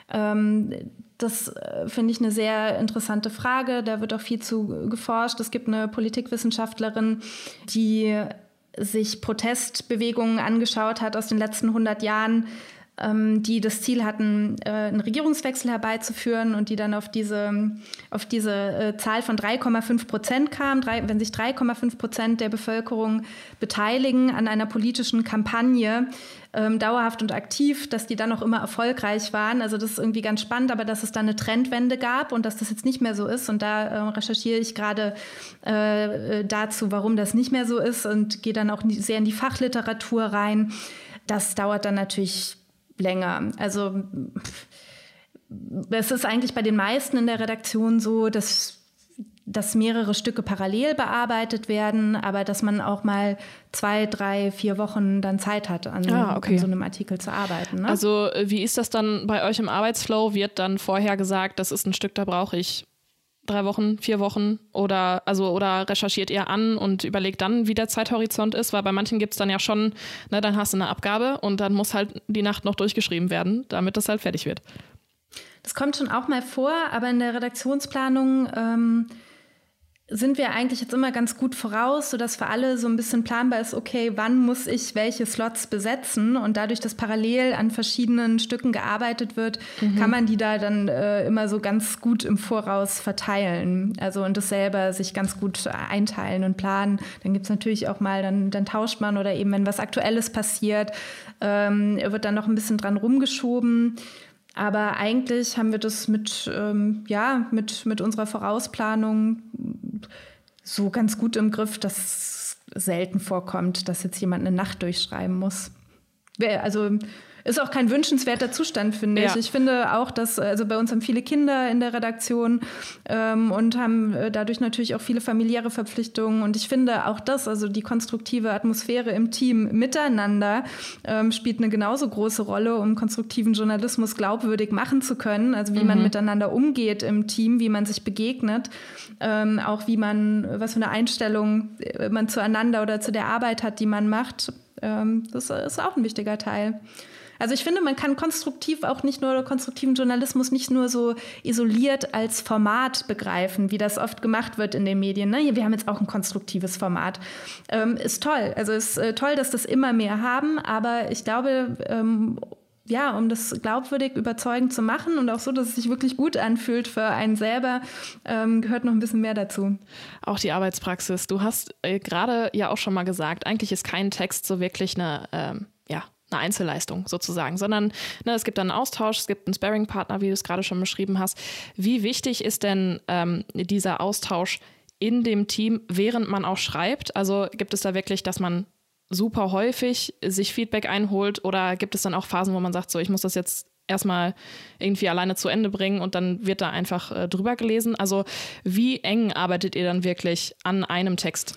Ähm, das äh, finde ich eine sehr interessante Frage. Da wird auch viel zu geforscht. Es gibt eine Politikwissenschaftlerin, die sich Protestbewegungen angeschaut hat aus den letzten hundert Jahren, die das Ziel hatten, einen Regierungswechsel herbeizuführen und die dann auf diese, auf diese Zahl von drei Komma fünf Prozent kam. Drei, wenn sich drei Komma fünf Prozent der Bevölkerung beteiligen an einer politischen Kampagne, ähm, dauerhaft und aktiv, dass die dann auch immer erfolgreich waren. Also das ist irgendwie ganz spannend, aber dass es dann eine Trendwende gab und dass das jetzt nicht mehr so ist. Und da äh, recherchiere ich gerade äh, dazu, warum das nicht mehr so ist und gehe dann auch sehr in die Fachliteratur rein. Das dauert dann natürlich länger. Also es ist eigentlich bei den meisten in der Redaktion so, dass, dass mehrere Stücke parallel bearbeitet werden, aber dass man auch mal zwei, drei, vier Wochen dann Zeit hat, an, ah, okay. an so einem Artikel zu arbeiten. Ne? Also wie ist das dann bei euch im Arbeitsflow? Wird dann vorher gesagt, das ist ein Stück, da brauche ich drei Wochen, vier Wochen oder also oder recherchiert ihr an und überlegt dann, wie der Zeithorizont ist, weil bei manchen gibt es dann ja schon, ne, dann hast du eine Abgabe und dann muss halt die Nacht noch durchgeschrieben werden, damit das halt fertig wird. Das kommt schon auch mal vor, aber in der Redaktionsplanung ähm, sind wir eigentlich jetzt immer ganz gut voraus, sodass für alle so ein bisschen planbar ist, okay, wann muss ich welche Slots besetzen? Und dadurch, dass parallel an verschiedenen Stücken gearbeitet wird, mhm. kann man die da dann äh, immer so ganz gut im Voraus verteilen. Also und das selber sich ganz gut einteilen und planen. Dann gibt es natürlich auch mal, dann, dann tauscht man oder eben, wenn was Aktuelles passiert, ähm, wird dann noch ein bisschen dran rumgeschoben. Aber eigentlich haben wir das mit, ähm, ja, mit, mit unserer Vorausplanung so ganz gut im Griff. Das selten vorkommt, dass jetzt jemand eine Nacht durchschreiben muss. Also ist auch kein wünschenswerter Zustand, finde ich. Ja. Ich finde auch, dass, also bei uns haben viele Kinder in der Redaktion ähm, und haben dadurch natürlich auch viele familiäre Verpflichtungen. Und ich finde auch das, also die konstruktive Atmosphäre im Team miteinander ähm, spielt eine genauso große Rolle, um konstruktiven Journalismus glaubwürdig machen zu können. Also wie mhm. man miteinander umgeht im Team, wie man sich begegnet, ähm, auch wie man, was für eine Einstellung man zueinander oder zu der Arbeit hat, die man macht. Ähm, das ist auch ein wichtiger Teil. Also ich finde, man kann konstruktiv auch nicht nur konstruktiven Journalismus nicht nur so isoliert als Format begreifen, wie das oft gemacht wird in den Medien. Ne? Wir haben jetzt auch ein konstruktives Format. Ähm, ist toll. Also ist äh, toll, dass das immer mehr haben. Aber ich glaube, ähm, ja, um das glaubwürdig überzeugend zu machen und auch so, dass es sich wirklich gut anfühlt für einen selber, ähm, gehört noch ein bisschen mehr dazu. Auch die Arbeitspraxis. Du hast äh, gerade ja auch schon mal gesagt, eigentlich ist kein Text so wirklich eine, ähm, ja, eine Einzelleistung sozusagen, sondern ne, es gibt dann einen Austausch, es gibt einen Sparring-Partner, wie du es gerade schon beschrieben hast. Wie wichtig ist denn ähm, dieser Austausch in dem Team, während man auch schreibt? Also gibt es da wirklich, dass man super häufig sich Feedback einholt oder gibt es dann auch Phasen, wo man sagt, so ich muss das jetzt erstmal irgendwie alleine zu Ende bringen und dann wird da einfach äh, drüber gelesen? Also wie eng arbeitet ihr dann wirklich an einem Text?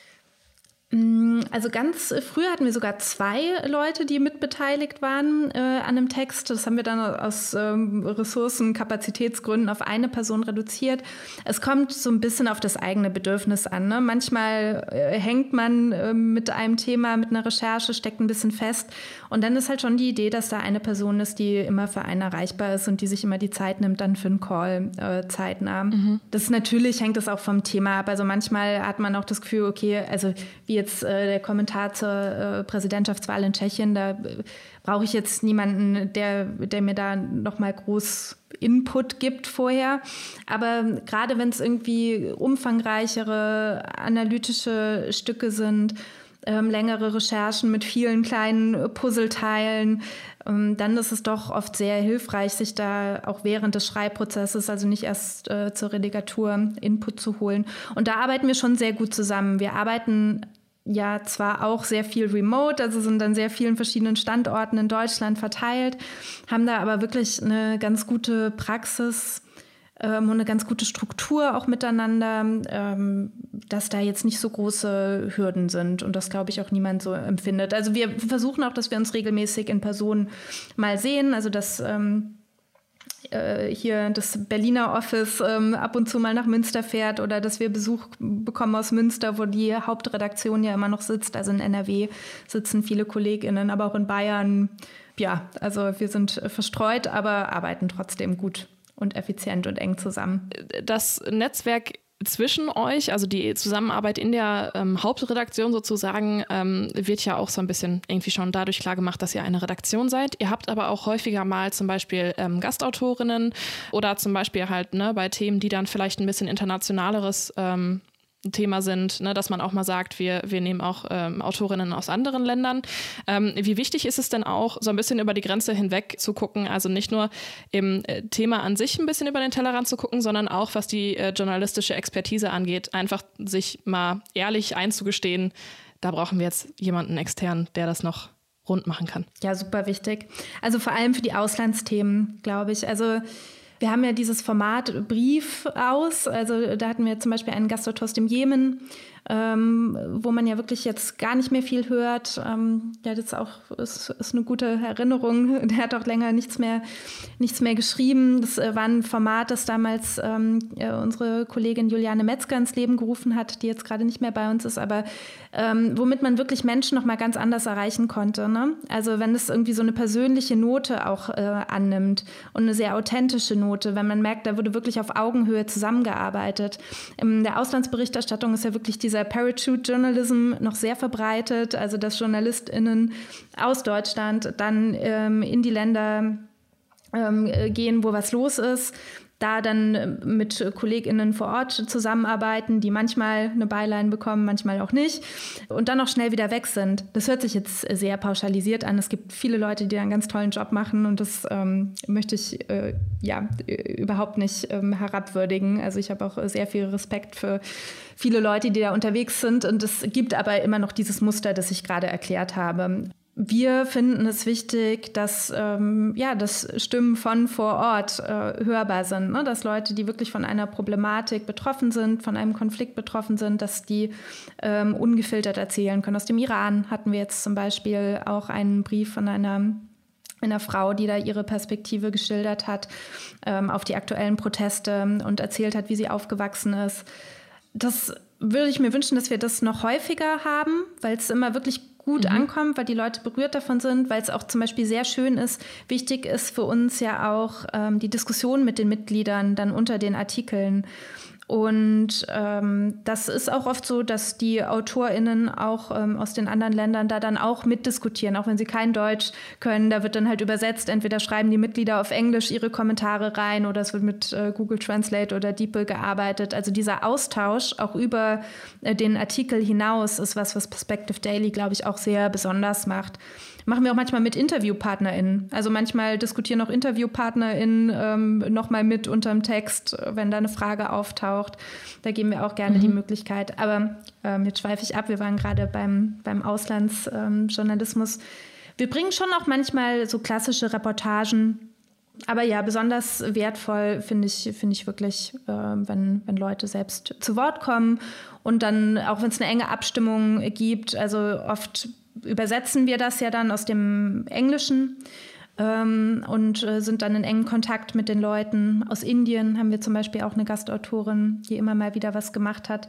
Also ganz früher hatten wir sogar zwei Leute, die mitbeteiligt waren äh, an einem Text. Das haben wir dann aus ähm, Ressourcen, Kapazitätsgründen auf eine Person reduziert. Es kommt so ein bisschen auf das eigene Bedürfnis an. Ne? Manchmal äh, hängt man äh, mit einem Thema, mit einer Recherche, steckt ein bisschen fest. Und dann ist halt schon die Idee, dass da eine Person ist, die immer für einen erreichbar ist und die sich immer die Zeit nimmt, dann für einen Call äh, zeitnah. Mhm. Das natürlich hängt das auch vom Thema ab. Also manchmal hat man auch das Gefühl, okay, also wie jetzt äh, der Kommentar zur äh, Präsidentschaftswahl in Tschechien, da äh, brauche ich jetzt niemanden, der, der mir da nochmal groß Input gibt vorher. Aber gerade wenn es irgendwie umfangreichere, analytische Stücke sind, ähm, längere Recherchen mit vielen kleinen Puzzleteilen, ähm, dann ist es doch oft sehr hilfreich, sich da auch während des Schreibprozesses, also nicht erst äh, zur Redigatur, Input zu holen. Und da arbeiten wir schon sehr gut zusammen. Wir arbeiten ja zwar auch sehr viel remote, also sind an sehr vielen verschiedenen Standorten in Deutschland verteilt, haben da aber wirklich eine ganz gute Praxis ähm, und eine ganz gute Struktur auch miteinander, ähm, dass da jetzt nicht so große Hürden sind und das, glaube ich, auch niemand so empfindet. Also wir versuchen auch, dass wir uns regelmäßig in Person mal sehen, also dass ähm, hier das Berliner Office ähm, ab und zu mal nach Münster fährt oder dass wir Besuch bekommen aus Münster, wo die Hauptredaktion ja immer noch sitzt. Also in N R W sitzen viele KollegInnen, aber auch in Bayern. Ja, also wir sind verstreut, aber arbeiten trotzdem gut und effizient und eng zusammen. Das Netzwerk zwischen euch, also die Zusammenarbeit in der ähm, Hauptredaktion sozusagen, ähm, wird ja auch so ein bisschen irgendwie schon dadurch klar gemacht, dass ihr eine Redaktion seid. Ihr habt aber auch häufiger mal zum Beispiel ähm, Gastautorinnen oder zum Beispiel halt ne, bei Themen, die dann vielleicht ein bisschen internationaleres ähm, Thema sind, ne, dass man auch mal sagt, wir, wir nehmen auch ähm, Autorinnen aus anderen Ländern. Ähm, wie wichtig ist es denn auch, so ein bisschen über die Grenze hinweg zu gucken, also nicht nur im äh, Thema an sich ein bisschen über den Tellerrand zu gucken, sondern auch, was die äh, journalistische Expertise angeht, einfach sich mal ehrlich einzugestehen, da brauchen wir jetzt jemanden extern, der das noch rund machen kann. Ja, super wichtig. Also vor allem für die Auslandsthemen, glaube ich. Also wir haben ja dieses Format Brief aus, also da hatten wir zum Beispiel einen Gastautor aus dem Jemen, ähm, wo man ja wirklich jetzt gar nicht mehr viel hört. Ähm, ja, das ist auch ist, ist eine gute Erinnerung. Der hat auch länger nichts mehr, nichts mehr geschrieben. Das äh, war ein Format, das damals ähm, ja, unsere Kollegin Juliane Metzger ins Leben gerufen hat, die jetzt gerade nicht mehr bei uns ist, aber ähm, womit man wirklich Menschen noch mal ganz anders erreichen konnte. Ne? Also wenn es irgendwie so eine persönliche Note auch äh, annimmt und eine sehr authentische Note, wenn man merkt, da wurde wirklich auf Augenhöhe zusammengearbeitet. In der Auslandsberichterstattung ist ja wirklich dieser Parachute-Journalism noch sehr verbreitet, also dass JournalistInnen aus Deutschland dann ähm, in die Länder ähm, gehen, wo was los ist. da dann mit KollegInnen vor Ort zusammenarbeiten, die manchmal eine Byline bekommen, manchmal auch nicht und dann auch schnell wieder weg sind. Das hört sich jetzt sehr pauschalisiert an. Es gibt viele Leute, die einen ganz tollen Job machen und das ähm, möchte ich äh, ja überhaupt nicht ähm, herabwürdigen. Also ich habe auch sehr viel Respekt für viele Leute, die da unterwegs sind und es gibt aber immer noch dieses Muster, das ich gerade erklärt habe. Wir finden es wichtig, dass, ähm, ja, dass Stimmen von vor Ort äh, hörbar sind, ne? Dass Leute, die wirklich von einer Problematik betroffen sind, von einem Konflikt betroffen sind, dass die ähm, ungefiltert erzählen können. Aus dem Iran hatten wir jetzt zum Beispiel auch einen Brief von einer, einer Frau, die da ihre Perspektive geschildert hat ähm, auf die aktuellen Proteste und erzählt hat, wie sie aufgewachsen ist. Das würde ich mir wünschen, dass wir das noch häufiger haben, weil es immer wirklich gut mhm. ankommt, weil die Leute berührt davon sind, weil es auch zum Beispiel sehr schön ist. Wichtig ist für uns ja auch ähm, die Diskussion mit den Mitgliedern dann unter den Artikeln. Und ähm, das ist auch oft so, dass die AutorInnen auch ähm, aus den anderen Ländern da dann auch mitdiskutieren, auch wenn sie kein Deutsch können. Da wird dann halt übersetzt. Entweder schreiben die Mitglieder auf Englisch ihre Kommentare rein oder es wird mit äh, Google Translate oder DeepL gearbeitet. Also dieser Austausch auch über äh, den Artikel hinaus ist was, was Perspective Daily, glaube ich, auch sehr besonders macht. Machen wir auch manchmal mit InterviewpartnerInnen. Also manchmal diskutieren auch InterviewpartnerInnen ähm, nochmal mit unterm Text, wenn da eine Frage auftaucht. Da geben wir auch gerne mhm. die Möglichkeit. Aber ähm, jetzt schweife ich ab. Wir waren gerade beim, beim Auslandsjournalismus. Ähm, wir bringen schon auch manchmal so klassische Reportagen. Aber ja, besonders wertvoll finde ich, finde ich wirklich, äh, wenn, wenn Leute selbst zu Wort kommen. Und dann, auch wenn es eine enge Abstimmung gibt, also oft übersetzen wir das ja dann aus dem Englischen ähm, und äh, sind dann in engem Kontakt mit den Leuten. Aus Indien haben wir zum Beispiel auch eine Gastautorin, die immer mal wieder was gemacht hat.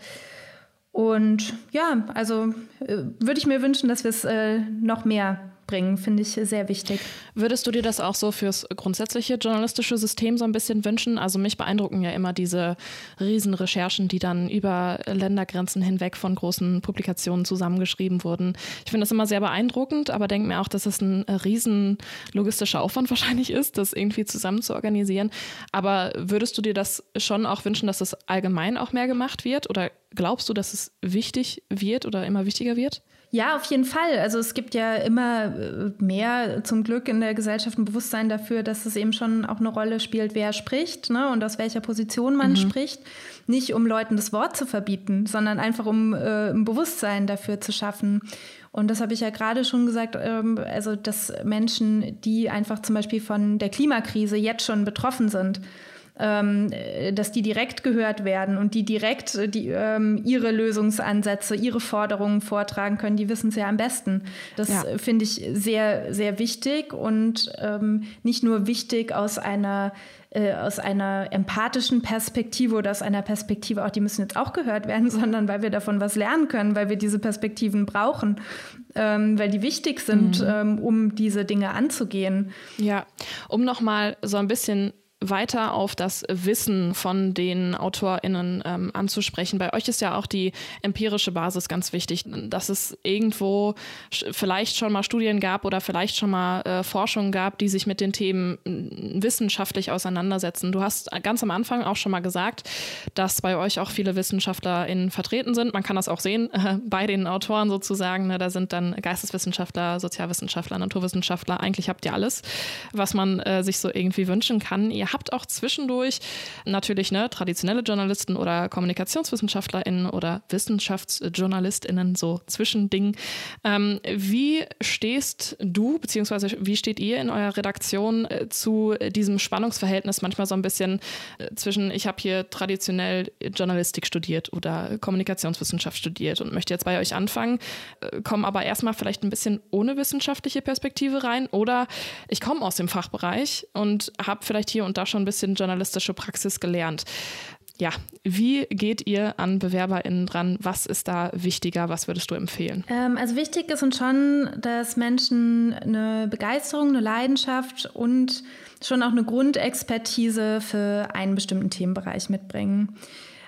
Und ja, also äh, würde ich mir wünschen, dass wir es äh, noch mehr bringen, finde ich sehr wichtig. Würdest du dir das auch so fürs grundsätzliche journalistische System so ein bisschen wünschen? Also mich beeindrucken ja immer diese Riesenrecherchen, die dann über Ländergrenzen hinweg von großen Publikationen zusammengeschrieben wurden. Ich finde das immer sehr beeindruckend, aber denke mir auch, dass es ein riesen logistischer Aufwand wahrscheinlich ist, das irgendwie zusammen zu organisieren. Aber würdest du dir das schon auch wünschen, dass das allgemein auch mehr gemacht wird? Oder glaubst du, dass es wichtig wird oder immer wichtiger wird? Ja, auf jeden Fall. Also es gibt ja immer mehr zum Glück in der Gesellschaft ein Bewusstsein dafür, dass es eben schon auch eine Rolle spielt, wer spricht, ne, und aus welcher Position man mhm. spricht. Nicht um Leuten das Wort zu verbieten, sondern einfach um äh, ein Bewusstsein dafür zu schaffen. Und das habe ich ja gerade schon gesagt, ähm, also dass Menschen, die einfach zum Beispiel von der Klimakrise jetzt schon betroffen sind, Ähm, dass die direkt gehört werden und die direkt die, ähm, ihre Lösungsansätze, ihre Forderungen vortragen können, die wissen es ja am besten. Das ja. finde ich sehr, sehr wichtig und ähm, nicht nur wichtig aus einer, äh, aus einer empathischen Perspektive oder aus einer Perspektive, auch die müssen jetzt auch gehört werden, sondern weil wir davon was lernen können, weil wir diese Perspektiven brauchen, ähm, weil die wichtig sind, mhm. ähm, um diese Dinge anzugehen. Ja, um nochmal so ein bisschen weiter auf das Wissen von den AutorInnen ähm, anzusprechen. Bei euch ist ja auch die empirische Basis ganz wichtig, dass es irgendwo vielleicht schon mal Studien gab oder vielleicht schon mal äh, Forschung gab, die sich mit den Themen wissenschaftlich auseinandersetzen. Du hast ganz am Anfang auch schon mal gesagt, dass bei euch auch viele WissenschaftlerInnen vertreten sind. Man kann das auch sehen äh, bei den Autoren sozusagen. Ne? Da sind dann Geisteswissenschaftler, Sozialwissenschaftler, Naturwissenschaftler. Eigentlich habt ihr alles, was man äh, sich so irgendwie wünschen kann. Ihr habt auch zwischendurch natürlich ne, traditionelle Journalisten oder KommunikationswissenschaftlerInnen oder WissenschaftsjournalistInnen, so Zwischending. Ähm, wie stehst du, beziehungsweise wie steht ihr in eurer Redaktion äh, zu diesem Spannungsverhältnis manchmal so ein bisschen äh, zwischen, ich habe hier traditionell Journalistik studiert oder Kommunikationswissenschaft studiert und möchte jetzt bei euch anfangen, äh, komme aber erstmal vielleicht ein bisschen ohne wissenschaftliche Perspektive rein oder ich komme aus dem Fachbereich und habe vielleicht hier und da schon ein bisschen journalistische Praxis gelernt. Ja, wie geht ihr an BewerberInnen dran? Was ist da wichtiger? Was würdest du empfehlen? Ähm, also wichtig ist uns schon, dass Menschen eine Begeisterung, eine Leidenschaft und schon auch eine Grundexpertise für einen bestimmten Themenbereich mitbringen.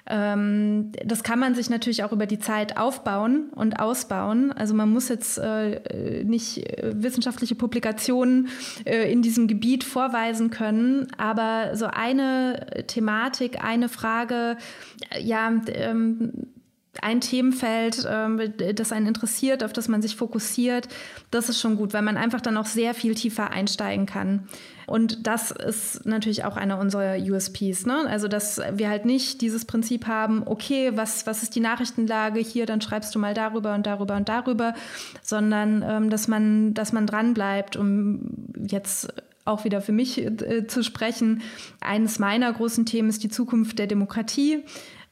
Ähm, das kann man sich natürlich auch über die Zeit aufbauen und ausbauen. Also man muss jetzt äh, nicht wissenschaftliche Publikationen äh, in diesem Gebiet vorweisen können, aber so eine Thematik, eine Frage, ja, ähm, ein Themenfeld, äh, das einen interessiert, auf das man sich fokussiert, das ist schon gut, weil man einfach dann auch sehr viel tiefer einsteigen kann. Und das ist natürlich auch einer unserer U S Ps, ne? Also, dass wir halt nicht dieses Prinzip haben, okay, was, was ist die Nachrichtenlage hier, dann schreibst du mal darüber und darüber und darüber, sondern ähm, dass man, dass man dranbleibt, um jetzt auch wieder für mich äh, zu sprechen. Eines meiner großen Themen ist die Zukunft der Demokratie.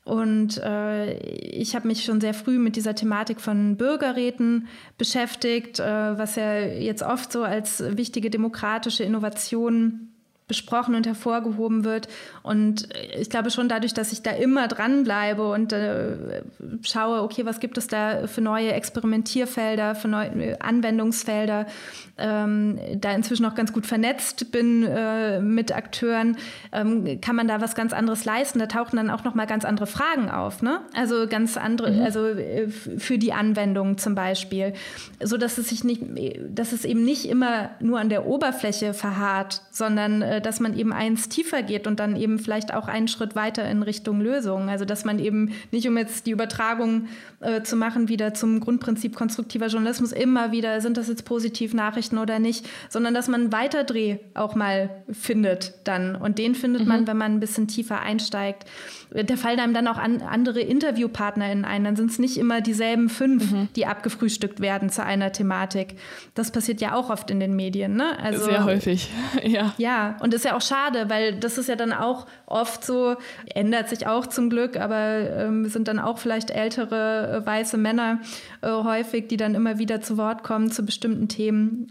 Und äh, ich habe mich schon sehr früh mit dieser Thematik von Bürgerräten beschäftigt, äh, was ja jetzt oft so als wichtige demokratische Innovation besprochen und hervorgehoben wird. Und ich glaube schon dadurch, dass ich da immer dranbleibe und äh, schaue, okay, was gibt es da für neue Experimentierfelder, für neue Anwendungsfelder, ähm, da inzwischen auch ganz gut vernetzt bin äh, mit Akteuren, ähm, kann man da was ganz anderes leisten. Da tauchen dann auch noch mal ganz andere Fragen auf, ne? Also ganz andere, mhm. also äh, für die Anwendung zum Beispiel, so dass es sich nicht, dass es eben nicht immer nur an der Oberfläche verharrt, sondern äh, dass man eben eins tiefer geht und dann eben vielleicht auch einen Schritt weiter in Richtung Lösung. Also dass man eben nicht, um jetzt die Übertragung äh, zu machen, wieder zum Grundprinzip konstruktiver Journalismus, immer wieder, sind das jetzt positiv Nachrichten oder nicht, sondern dass man einen Weiterdreh auch mal findet dann. Und den findet mhm. man, wenn man ein bisschen tiefer einsteigt. Da fallen einem dann auch an, andere InterviewpartnerInnen ein. Dann sind es nicht immer dieselben fünf, mhm. die abgefrühstückt werden zu einer Thematik. Das passiert ja auch oft in den Medien, ne? Also, sehr häufig, ja. Ja, und das ist ja auch schade, weil das ist ja dann auch oft so, ändert sich auch zum Glück, aber ähm, sind dann auch vielleicht ältere äh, weiße Männer äh, häufig, die dann immer wieder zu Wort kommen zu bestimmten Themen.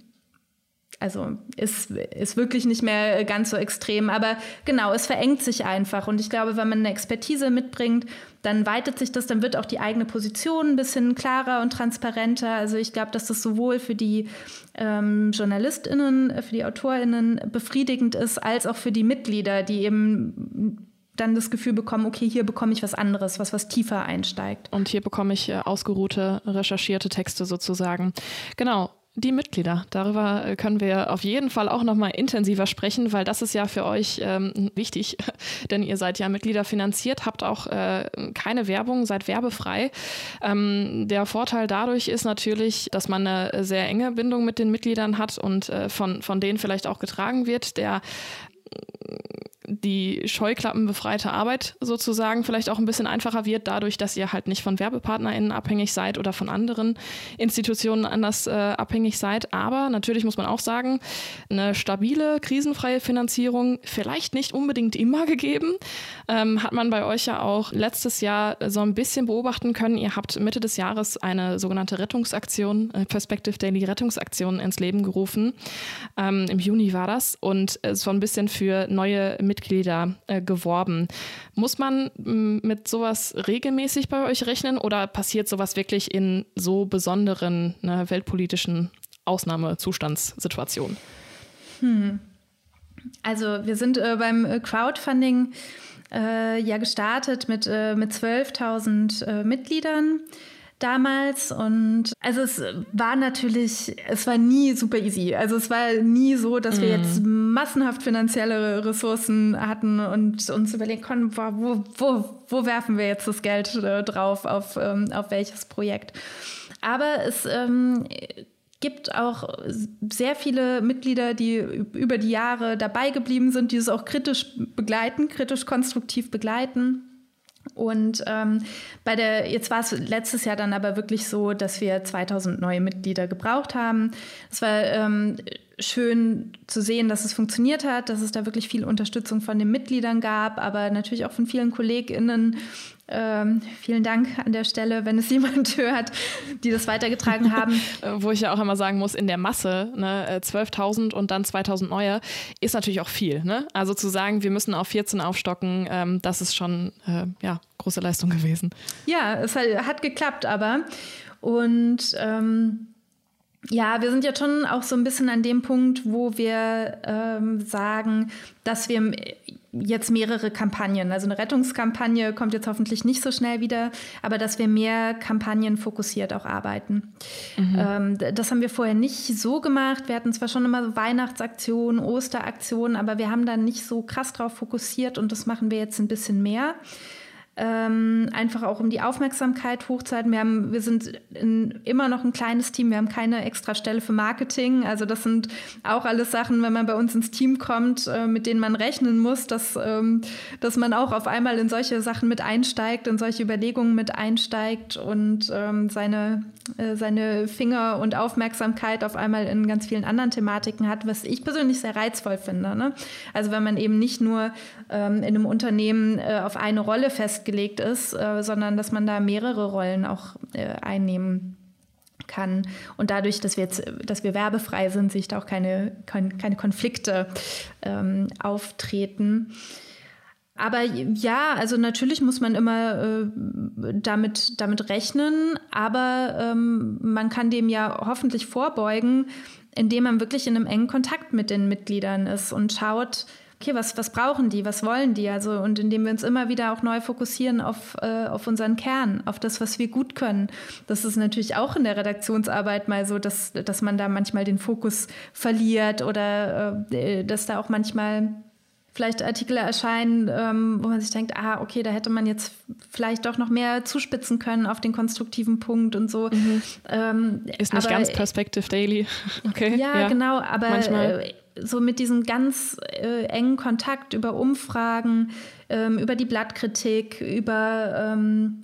Also ist, ist wirklich nicht mehr ganz so extrem. Aber genau, es verengt sich einfach. Und ich glaube, wenn man eine Expertise mitbringt, dann weitet sich das, dann wird auch die eigene Position ein bisschen klarer und transparenter. Also ich glaube, dass das sowohl für die ähm, JournalistInnen, für die AutorInnen befriedigend ist, als auch für die Mitglieder, die eben dann das Gefühl bekommen, okay, hier bekomme ich was anderes, was was tiefer einsteigt. Und hier bekomme ich äh, ausgeruhte, recherchierte Texte sozusagen. Genau. Die Mitglieder, darüber können wir auf jeden Fall auch noch mal intensiver sprechen, weil das ist ja für euch ähm, wichtig, denn ihr seid ja Mitglieder finanziert, habt auch äh, keine Werbung, seid werbefrei. Ähm, der Vorteil dadurch ist natürlich, dass man eine sehr enge Bindung mit den Mitgliedern hat und äh, von, von denen vielleicht auch getragen wird, der die scheuklappenbefreite Arbeit sozusagen vielleicht auch ein bisschen einfacher wird, dadurch, dass ihr halt nicht von WerbepartnerInnen abhängig seid oder von anderen Institutionen anders äh, abhängig seid. Aber natürlich muss man auch sagen, eine stabile, krisenfreie Finanzierung vielleicht nicht unbedingt immer gegeben. Ähm, hat man bei euch ja auch letztes Jahr so ein bisschen beobachten können. Ihr habt Mitte des Jahres eine sogenannte Rettungsaktion, äh, Perspective Daily Rettungsaktion ins Leben gerufen. Ähm, im Juni war das und äh, so ein bisschen für neue Mitglieder Mitglieder äh, geworben. Muss man m, mit sowas regelmäßig bei euch rechnen oder passiert sowas wirklich in so besonderen ne, weltpolitischen Ausnahmezustandssituationen? Hm. Also wir sind äh, beim Crowdfunding äh, ja gestartet mit, äh, mit zwölftausend äh, Mitgliedern damals und also es war natürlich, es war nie super easy. Also es war nie so, dass wir mm. jetzt massenhaft finanzielle Ressourcen hatten und uns überlegen konnten, boah, wo, wo, wo werfen wir jetzt das Geld äh, drauf, auf, ähm, auf welches Projekt. Aber es ähm, gibt auch sehr viele Mitglieder, die über die Jahre dabei geblieben sind, die es auch kritisch begleiten, kritisch konstruktiv begleiten. Und ähm, bei der, jetzt war es letztes Jahr dann aber wirklich so, dass wir zweitausend neue Mitglieder gebraucht haben. Es war ähm, schön zu sehen, dass es funktioniert hat, dass es da wirklich viel Unterstützung von den Mitgliedern gab, aber natürlich auch von vielen KollegInnen. Ähm, vielen Dank an der Stelle, wenn es jemand hört, die das weitergetragen haben. Wo ich ja auch immer sagen muss, in der Masse, ne, zwölftausend und dann zweitausend neue, ist natürlich auch viel. Ne? Also zu sagen, wir müssen auf vierzehn aufstocken, ähm, das ist schon äh, ja, große Leistung gewesen. Ja, es hat, hat geklappt aber. Und ähm, Ja, wir sind jetzt schon auch so ein bisschen an dem Punkt, wo wir ähm, sagen, dass wir jetzt mehrere Kampagnen, also eine Rettungskampagne kommt jetzt hoffentlich nicht so schnell wieder, aber dass wir mehr Kampagnen fokussiert auch arbeiten. Mhm. Ähm, das haben wir vorher nicht so gemacht. Wir hatten zwar schon immer so Weihnachtsaktionen, Osteraktionen, aber wir haben da nicht so krass drauf fokussiert und das machen wir jetzt ein bisschen mehr. Ähm, einfach auch um die Aufmerksamkeit hochzuhalten. Wir haben, wir sind in, immer noch ein kleines Team, wir haben keine extra Stelle für Marketing. Also das sind auch alles Sachen, wenn man bei uns ins Team kommt, äh, mit denen man rechnen muss, dass, ähm, dass man auch auf einmal in solche Sachen mit einsteigt, in solche Überlegungen mit einsteigt und ähm, seine, äh, seine Finger und Aufmerksamkeit auf einmal in ganz vielen anderen Thematiken hat, was ich persönlich sehr reizvoll finde. Ne? Also wenn man eben nicht nur ähm, in einem Unternehmen äh, auf eine Rolle festgelegt gelegt ist, äh, sondern dass man da mehrere Rollen auch äh, einnehmen kann. Und dadurch, dass wir jetzt, dass wir werbefrei sind, sich da auch keine, keine Konflikte ähm, auftreten. Aber ja, also natürlich muss man immer äh, damit, damit rechnen, aber ähm, man kann dem ja hoffentlich vorbeugen, indem man wirklich in einem engen Kontakt mit den Mitgliedern ist und schaut, okay, was, was brauchen die, was wollen die? Also, und indem wir uns immer wieder auch neu fokussieren auf, äh, auf unseren Kern, auf das, was wir gut können. Das ist natürlich auch in der Redaktionsarbeit mal so, dass, dass man da manchmal den Fokus verliert oder äh, dass da auch manchmal vielleicht Artikel erscheinen, ähm, wo man sich denkt, ah, okay, da hätte man jetzt vielleicht doch noch mehr zuspitzen können auf den konstruktiven Punkt und so. Mhm. Ähm, ist nicht aber, ganz Perspective Daily. Okay. Ja, ja, genau, aber manchmal. Äh, so mit diesem ganz äh, engen Kontakt über Umfragen, ähm, über die Blattkritik, über, ähm,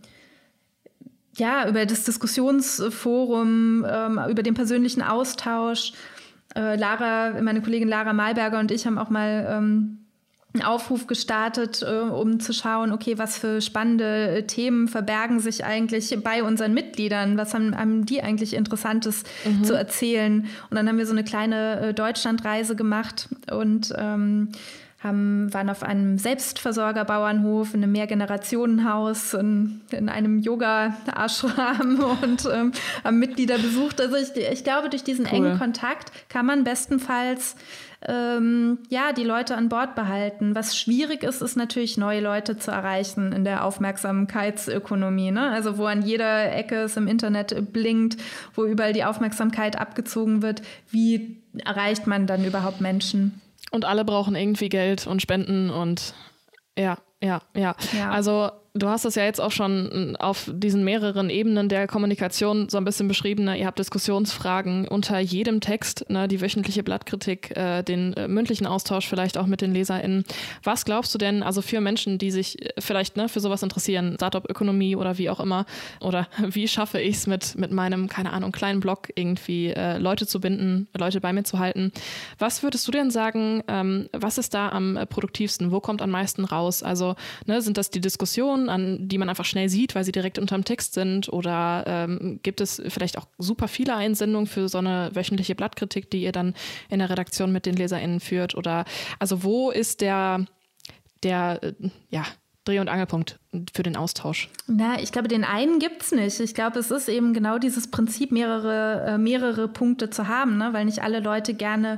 ja, über das Diskussionsforum, ähm, über den persönlichen Austausch. Äh, Lara, meine Kollegin Lara Malberger und ich haben auch mal ähm, einen Aufruf gestartet, äh, um zu schauen, okay, was für spannende äh, Themen verbergen sich eigentlich bei unseren Mitgliedern? Was haben, haben die eigentlich Interessantes mhm. zu erzählen? Und dann haben wir so eine kleine äh, Deutschlandreise gemacht und ähm, haben, waren auf einem Selbstversorgerbauernhof, in einem Mehrgenerationenhaus, in, in einem Yoga-Ashram und ähm, haben Mitglieder besucht. Also ich, ich glaube, durch diesen cool. engen Kontakt kann man bestenfalls ähm, ja, die Leute an Bord behalten. Was schwierig ist, ist natürlich, neue Leute zu erreichen in der Aufmerksamkeitsökonomie. Ne? Also wo an jeder Ecke es im Internet blinkt, wo überall die Aufmerksamkeit abgezogen wird. Wie erreicht man dann überhaupt Menschen? Und alle brauchen irgendwie Geld und Spenden und ja, ja, ja. ja. Also du hast es ja jetzt auch schon auf diesen mehreren Ebenen der Kommunikation so ein bisschen beschrieben. Ne? Ihr habt Diskussionsfragen unter jedem Text, ne? Die wöchentliche Blattkritik, äh, den äh, mündlichen Austausch vielleicht auch mit den LeserInnen. Was glaubst du denn, also für Menschen, die sich vielleicht ne, für sowas interessieren, Startup-Ökonomie oder wie auch immer, oder wie schaffe ich es mit, mit meinem, keine Ahnung, kleinen Blog irgendwie äh, Leute zu binden, Leute bei mir zu halten. Was würdest du denn sagen, ähm, was ist da am äh, produktivsten? Wo kommt am meisten raus? Also ne, sind das die Diskussionen, an die man einfach schnell sieht, weil sie direkt unterm Text sind? Oder ähm, gibt es vielleicht auch super viele Einsendungen für so eine wöchentliche Blattkritik, die ihr dann in der Redaktion mit den LeserInnen führt? Oder also wo ist der, der äh, ja, Dreh- und Angelpunkt für den Austausch? Na, ich glaube, den einen gibt's nicht. Ich glaube, es ist eben genau dieses Prinzip, mehrere, äh, mehrere Punkte zu haben, ne? Weil nicht alle Leute gerne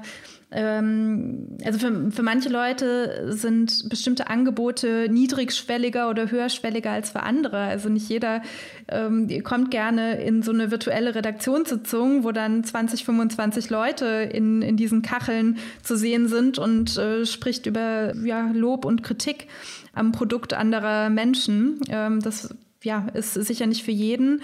ähm, also für, für manche Leute sind bestimmte Angebote niedrigschwelliger oder höherschwelliger als für andere. Also nicht jeder ähm, kommt gerne in so eine virtuelle Redaktionssitzung, wo dann zwanzig, fünfundzwanzig Leute in, in diesen Kacheln zu sehen sind und äh, spricht über ja, Lob und Kritik am Produkt anderer Menschen. Ähm, das ja, ist sicher nicht für jeden.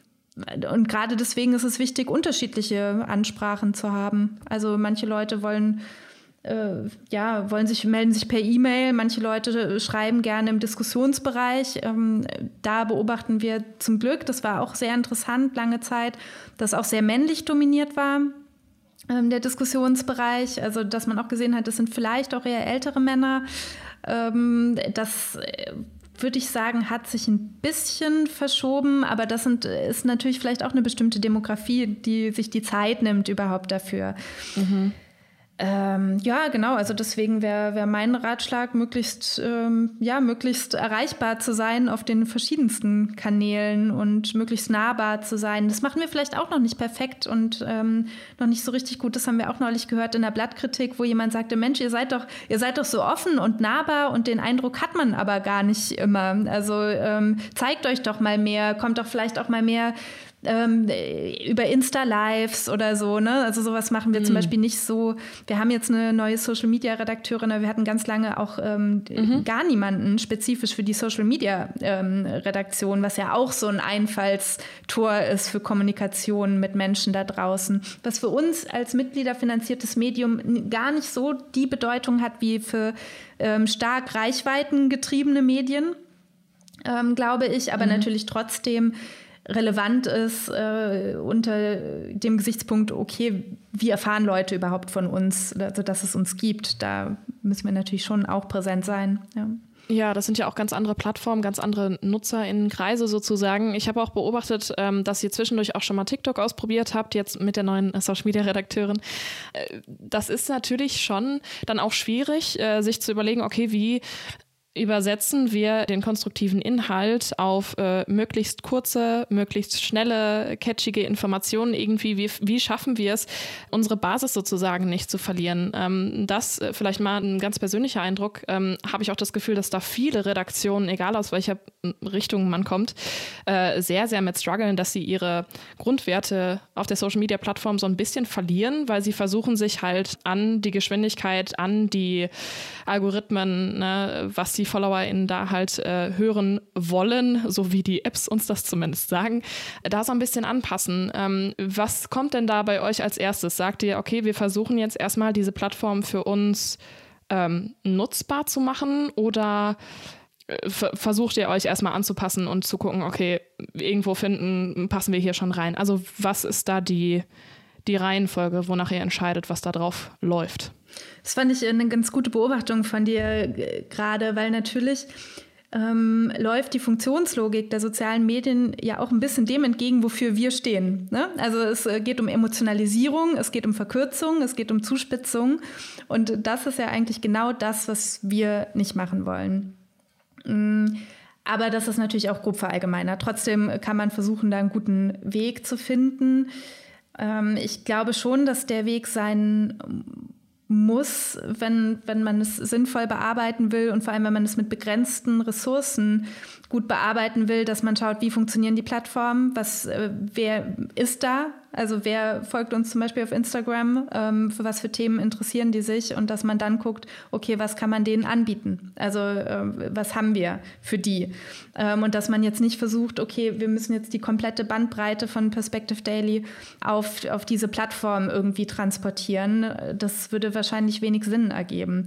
Und gerade deswegen ist es wichtig, unterschiedliche Ansprachen zu haben. Also manche Leute wollen, äh, ja, wollen sich, melden sich per E-Mail, manche Leute schreiben gerne im Diskussionsbereich. Ähm, da beobachten wir zum Glück, das war auch sehr interessant, lange Zeit, dass auch sehr männlich dominiert war, ähm, der Diskussionsbereich. Also dass man auch gesehen hat, das sind vielleicht auch eher ältere Männer. Ähm, das würde ich sagen, hat sich ein bisschen verschoben, aber das sind, ist natürlich vielleicht auch eine bestimmte Demografie, die sich die Zeit nimmt überhaupt dafür. Mhm. Ähm, ja, genau. Also deswegen wäre wär mein Ratschlag, möglichst, ähm, ja, möglichst erreichbar zu sein auf den verschiedensten Kanälen und möglichst nahbar zu sein. Das machen wir vielleicht auch noch nicht perfekt und ähm, noch nicht so richtig gut. Das haben wir auch neulich gehört in der Blattkritik, wo jemand sagte, Mensch, ihr seid doch, ihr seid doch so offen und nahbar und den Eindruck hat man aber gar nicht immer. Also ähm, zeigt euch doch mal mehr, kommt doch vielleicht auch mal mehr Ähm, über Insta-Lives oder so, ne? Also sowas machen wir mhm. zum Beispiel nicht so. Wir haben jetzt eine neue Social-Media-Redakteurin, aber wir hatten ganz lange auch ähm, mhm. gar niemanden spezifisch für die Social-Media-Redaktion, ähm, was ja auch so ein Einfallstor ist für Kommunikation mit Menschen da draußen. Was für uns als mitgliederfinanziertes Medium gar nicht so die Bedeutung hat wie für ähm, stark reichweitengetriebene Medien, ähm, glaube ich, aber mhm. natürlich trotzdem relevant ist äh, unter dem Gesichtspunkt, okay, wie erfahren Leute überhaupt von uns, also dass es uns gibt. Da müssen wir natürlich schon auch präsent sein. Ja. Ja, das sind ja auch ganz andere Plattformen, ganz andere NutzerInnenkreise sozusagen. Ich habe auch beobachtet, ähm, dass ihr zwischendurch auch schon mal TikTok ausprobiert habt, jetzt mit der neuen Social-Media-Redakteurin. Äh, das ist natürlich schon dann auch schwierig, äh, sich zu überlegen, okay, wie übersetzen wir den konstruktiven Inhalt auf äh, möglichst kurze, möglichst schnelle, catchige Informationen irgendwie. Wie, wie schaffen wir es, unsere Basis sozusagen nicht zu verlieren? Ähm, das äh, vielleicht mal ein ganz persönlicher Eindruck. Ähm, habe ich auch das Gefühl, dass da viele Redaktionen, egal aus welcher Richtung man kommt, äh, sehr, sehr mit strugglen, dass sie ihre Grundwerte auf der Social-Media-Plattform so ein bisschen verlieren, weil sie versuchen, sich halt an die Geschwindigkeit, an die Algorithmen, ne, was die FollowerInnen da halt äh, hören wollen, so wie die Apps uns das zumindest sagen, da so ein bisschen anpassen. Ähm, was kommt denn da bei euch als erstes? Sagt ihr, okay, wir versuchen jetzt erstmal diese Plattform für uns ähm, nutzbar zu machen, oder äh, f- versucht ihr euch erstmal anzupassen und zu gucken, okay, irgendwo finden, passen wir hier schon rein? Also was ist da die, die Reihenfolge, wonach ihr entscheidet, was da drauf läuft? Das fand ich eine ganz gute Beobachtung von dir gerade, weil natürlich ähm, läuft die Funktionslogik der sozialen Medien ja auch ein bisschen dem entgegen, wofür wir stehen. Ne? Also es geht um Emotionalisierung, es geht um Verkürzung, es geht um Zuspitzung, und das ist ja eigentlich genau das, was wir nicht machen wollen. Aber das ist natürlich auch grob verallgemeinert. Trotzdem kann man versuchen, da einen guten Weg zu finden. Ähm, ich glaube schon, dass der Weg sein muss, wenn, wenn man es sinnvoll bearbeiten will und vor allem, wenn man es mit begrenzten Ressourcen gut bearbeiten will, dass man schaut, wie funktionieren die Plattformen, was, äh, wer ist da, also wer folgt uns zum Beispiel auf Instagram, ähm, für was für Themen interessieren die sich, und dass man dann guckt, okay, was kann man denen anbieten, also äh, was haben wir für die, ähm, und dass man jetzt nicht versucht, okay, wir müssen jetzt die komplette Bandbreite von Perspective Daily auf, auf diese Plattform irgendwie transportieren, das würde wahrscheinlich wenig Sinn ergeben.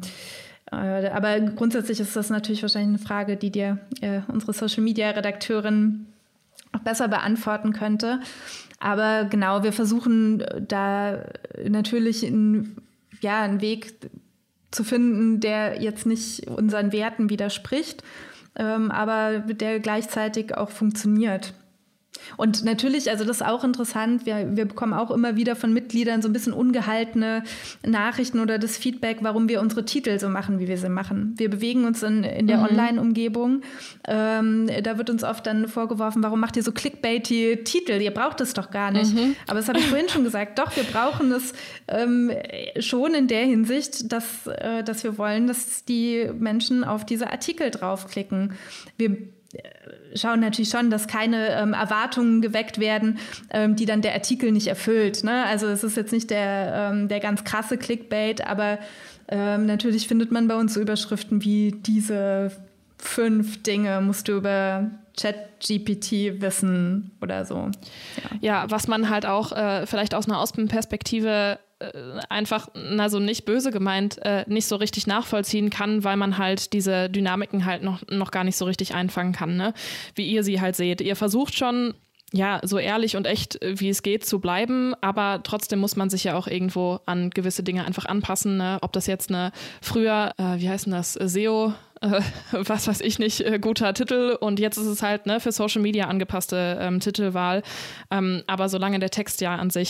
Aber grundsätzlich ist das natürlich wahrscheinlich eine Frage, die dir äh, unsere Social-Media-Redakteurin auch besser beantworten könnte. Aber genau, wir versuchen da natürlich in, ja, einen Weg zu finden, der jetzt nicht unseren Werten widerspricht, ähm, aber der gleichzeitig auch funktioniert. Und natürlich, also das ist auch interessant, wir, wir bekommen auch immer wieder von Mitgliedern so ein bisschen ungehaltene Nachrichten oder das Feedback, warum wir unsere Titel so machen, wie wir sie machen. Wir bewegen uns in, in der mhm. Online-Umgebung. Ähm, da wird uns oft dann vorgeworfen, warum macht ihr so clickbaity Titel? Ihr braucht es doch gar nicht. Mhm. Aber das habe ich vorhin schon gesagt. Doch, wir brauchen es ähm, schon in der Hinsicht, dass, äh, dass wir wollen, dass die Menschen auf diese Artikel draufklicken. Wir schauen natürlich schon, dass keine ähm, Erwartungen geweckt werden, ähm, die dann der Artikel nicht erfüllt. Ne? Also es ist jetzt nicht der, ähm, der ganz krasse Clickbait, aber ähm, natürlich findet man bei uns so Überschriften wie diese fünf Dinge musst du über ChatGPT wissen oder so. Ja, ja, was man halt auch äh, vielleicht aus einer Außenperspektive einfach, also nicht böse gemeint, äh, nicht so richtig nachvollziehen kann, weil man halt diese Dynamiken halt noch, noch gar nicht so richtig einfangen kann, ne? Wie ihr sie halt seht. Ihr versucht schon, ja, so ehrlich und echt, wie es geht, zu bleiben, aber trotzdem muss man sich ja auch irgendwo an gewisse Dinge einfach anpassen, ne? Ob das jetzt eine früher, äh, wie heißt denn das, S E O, äh, was weiß ich nicht, äh, guter Titel, und jetzt ist es halt, ne, für Social Media angepasste ähm, Titelwahl, ähm, aber solange der Text ja an sich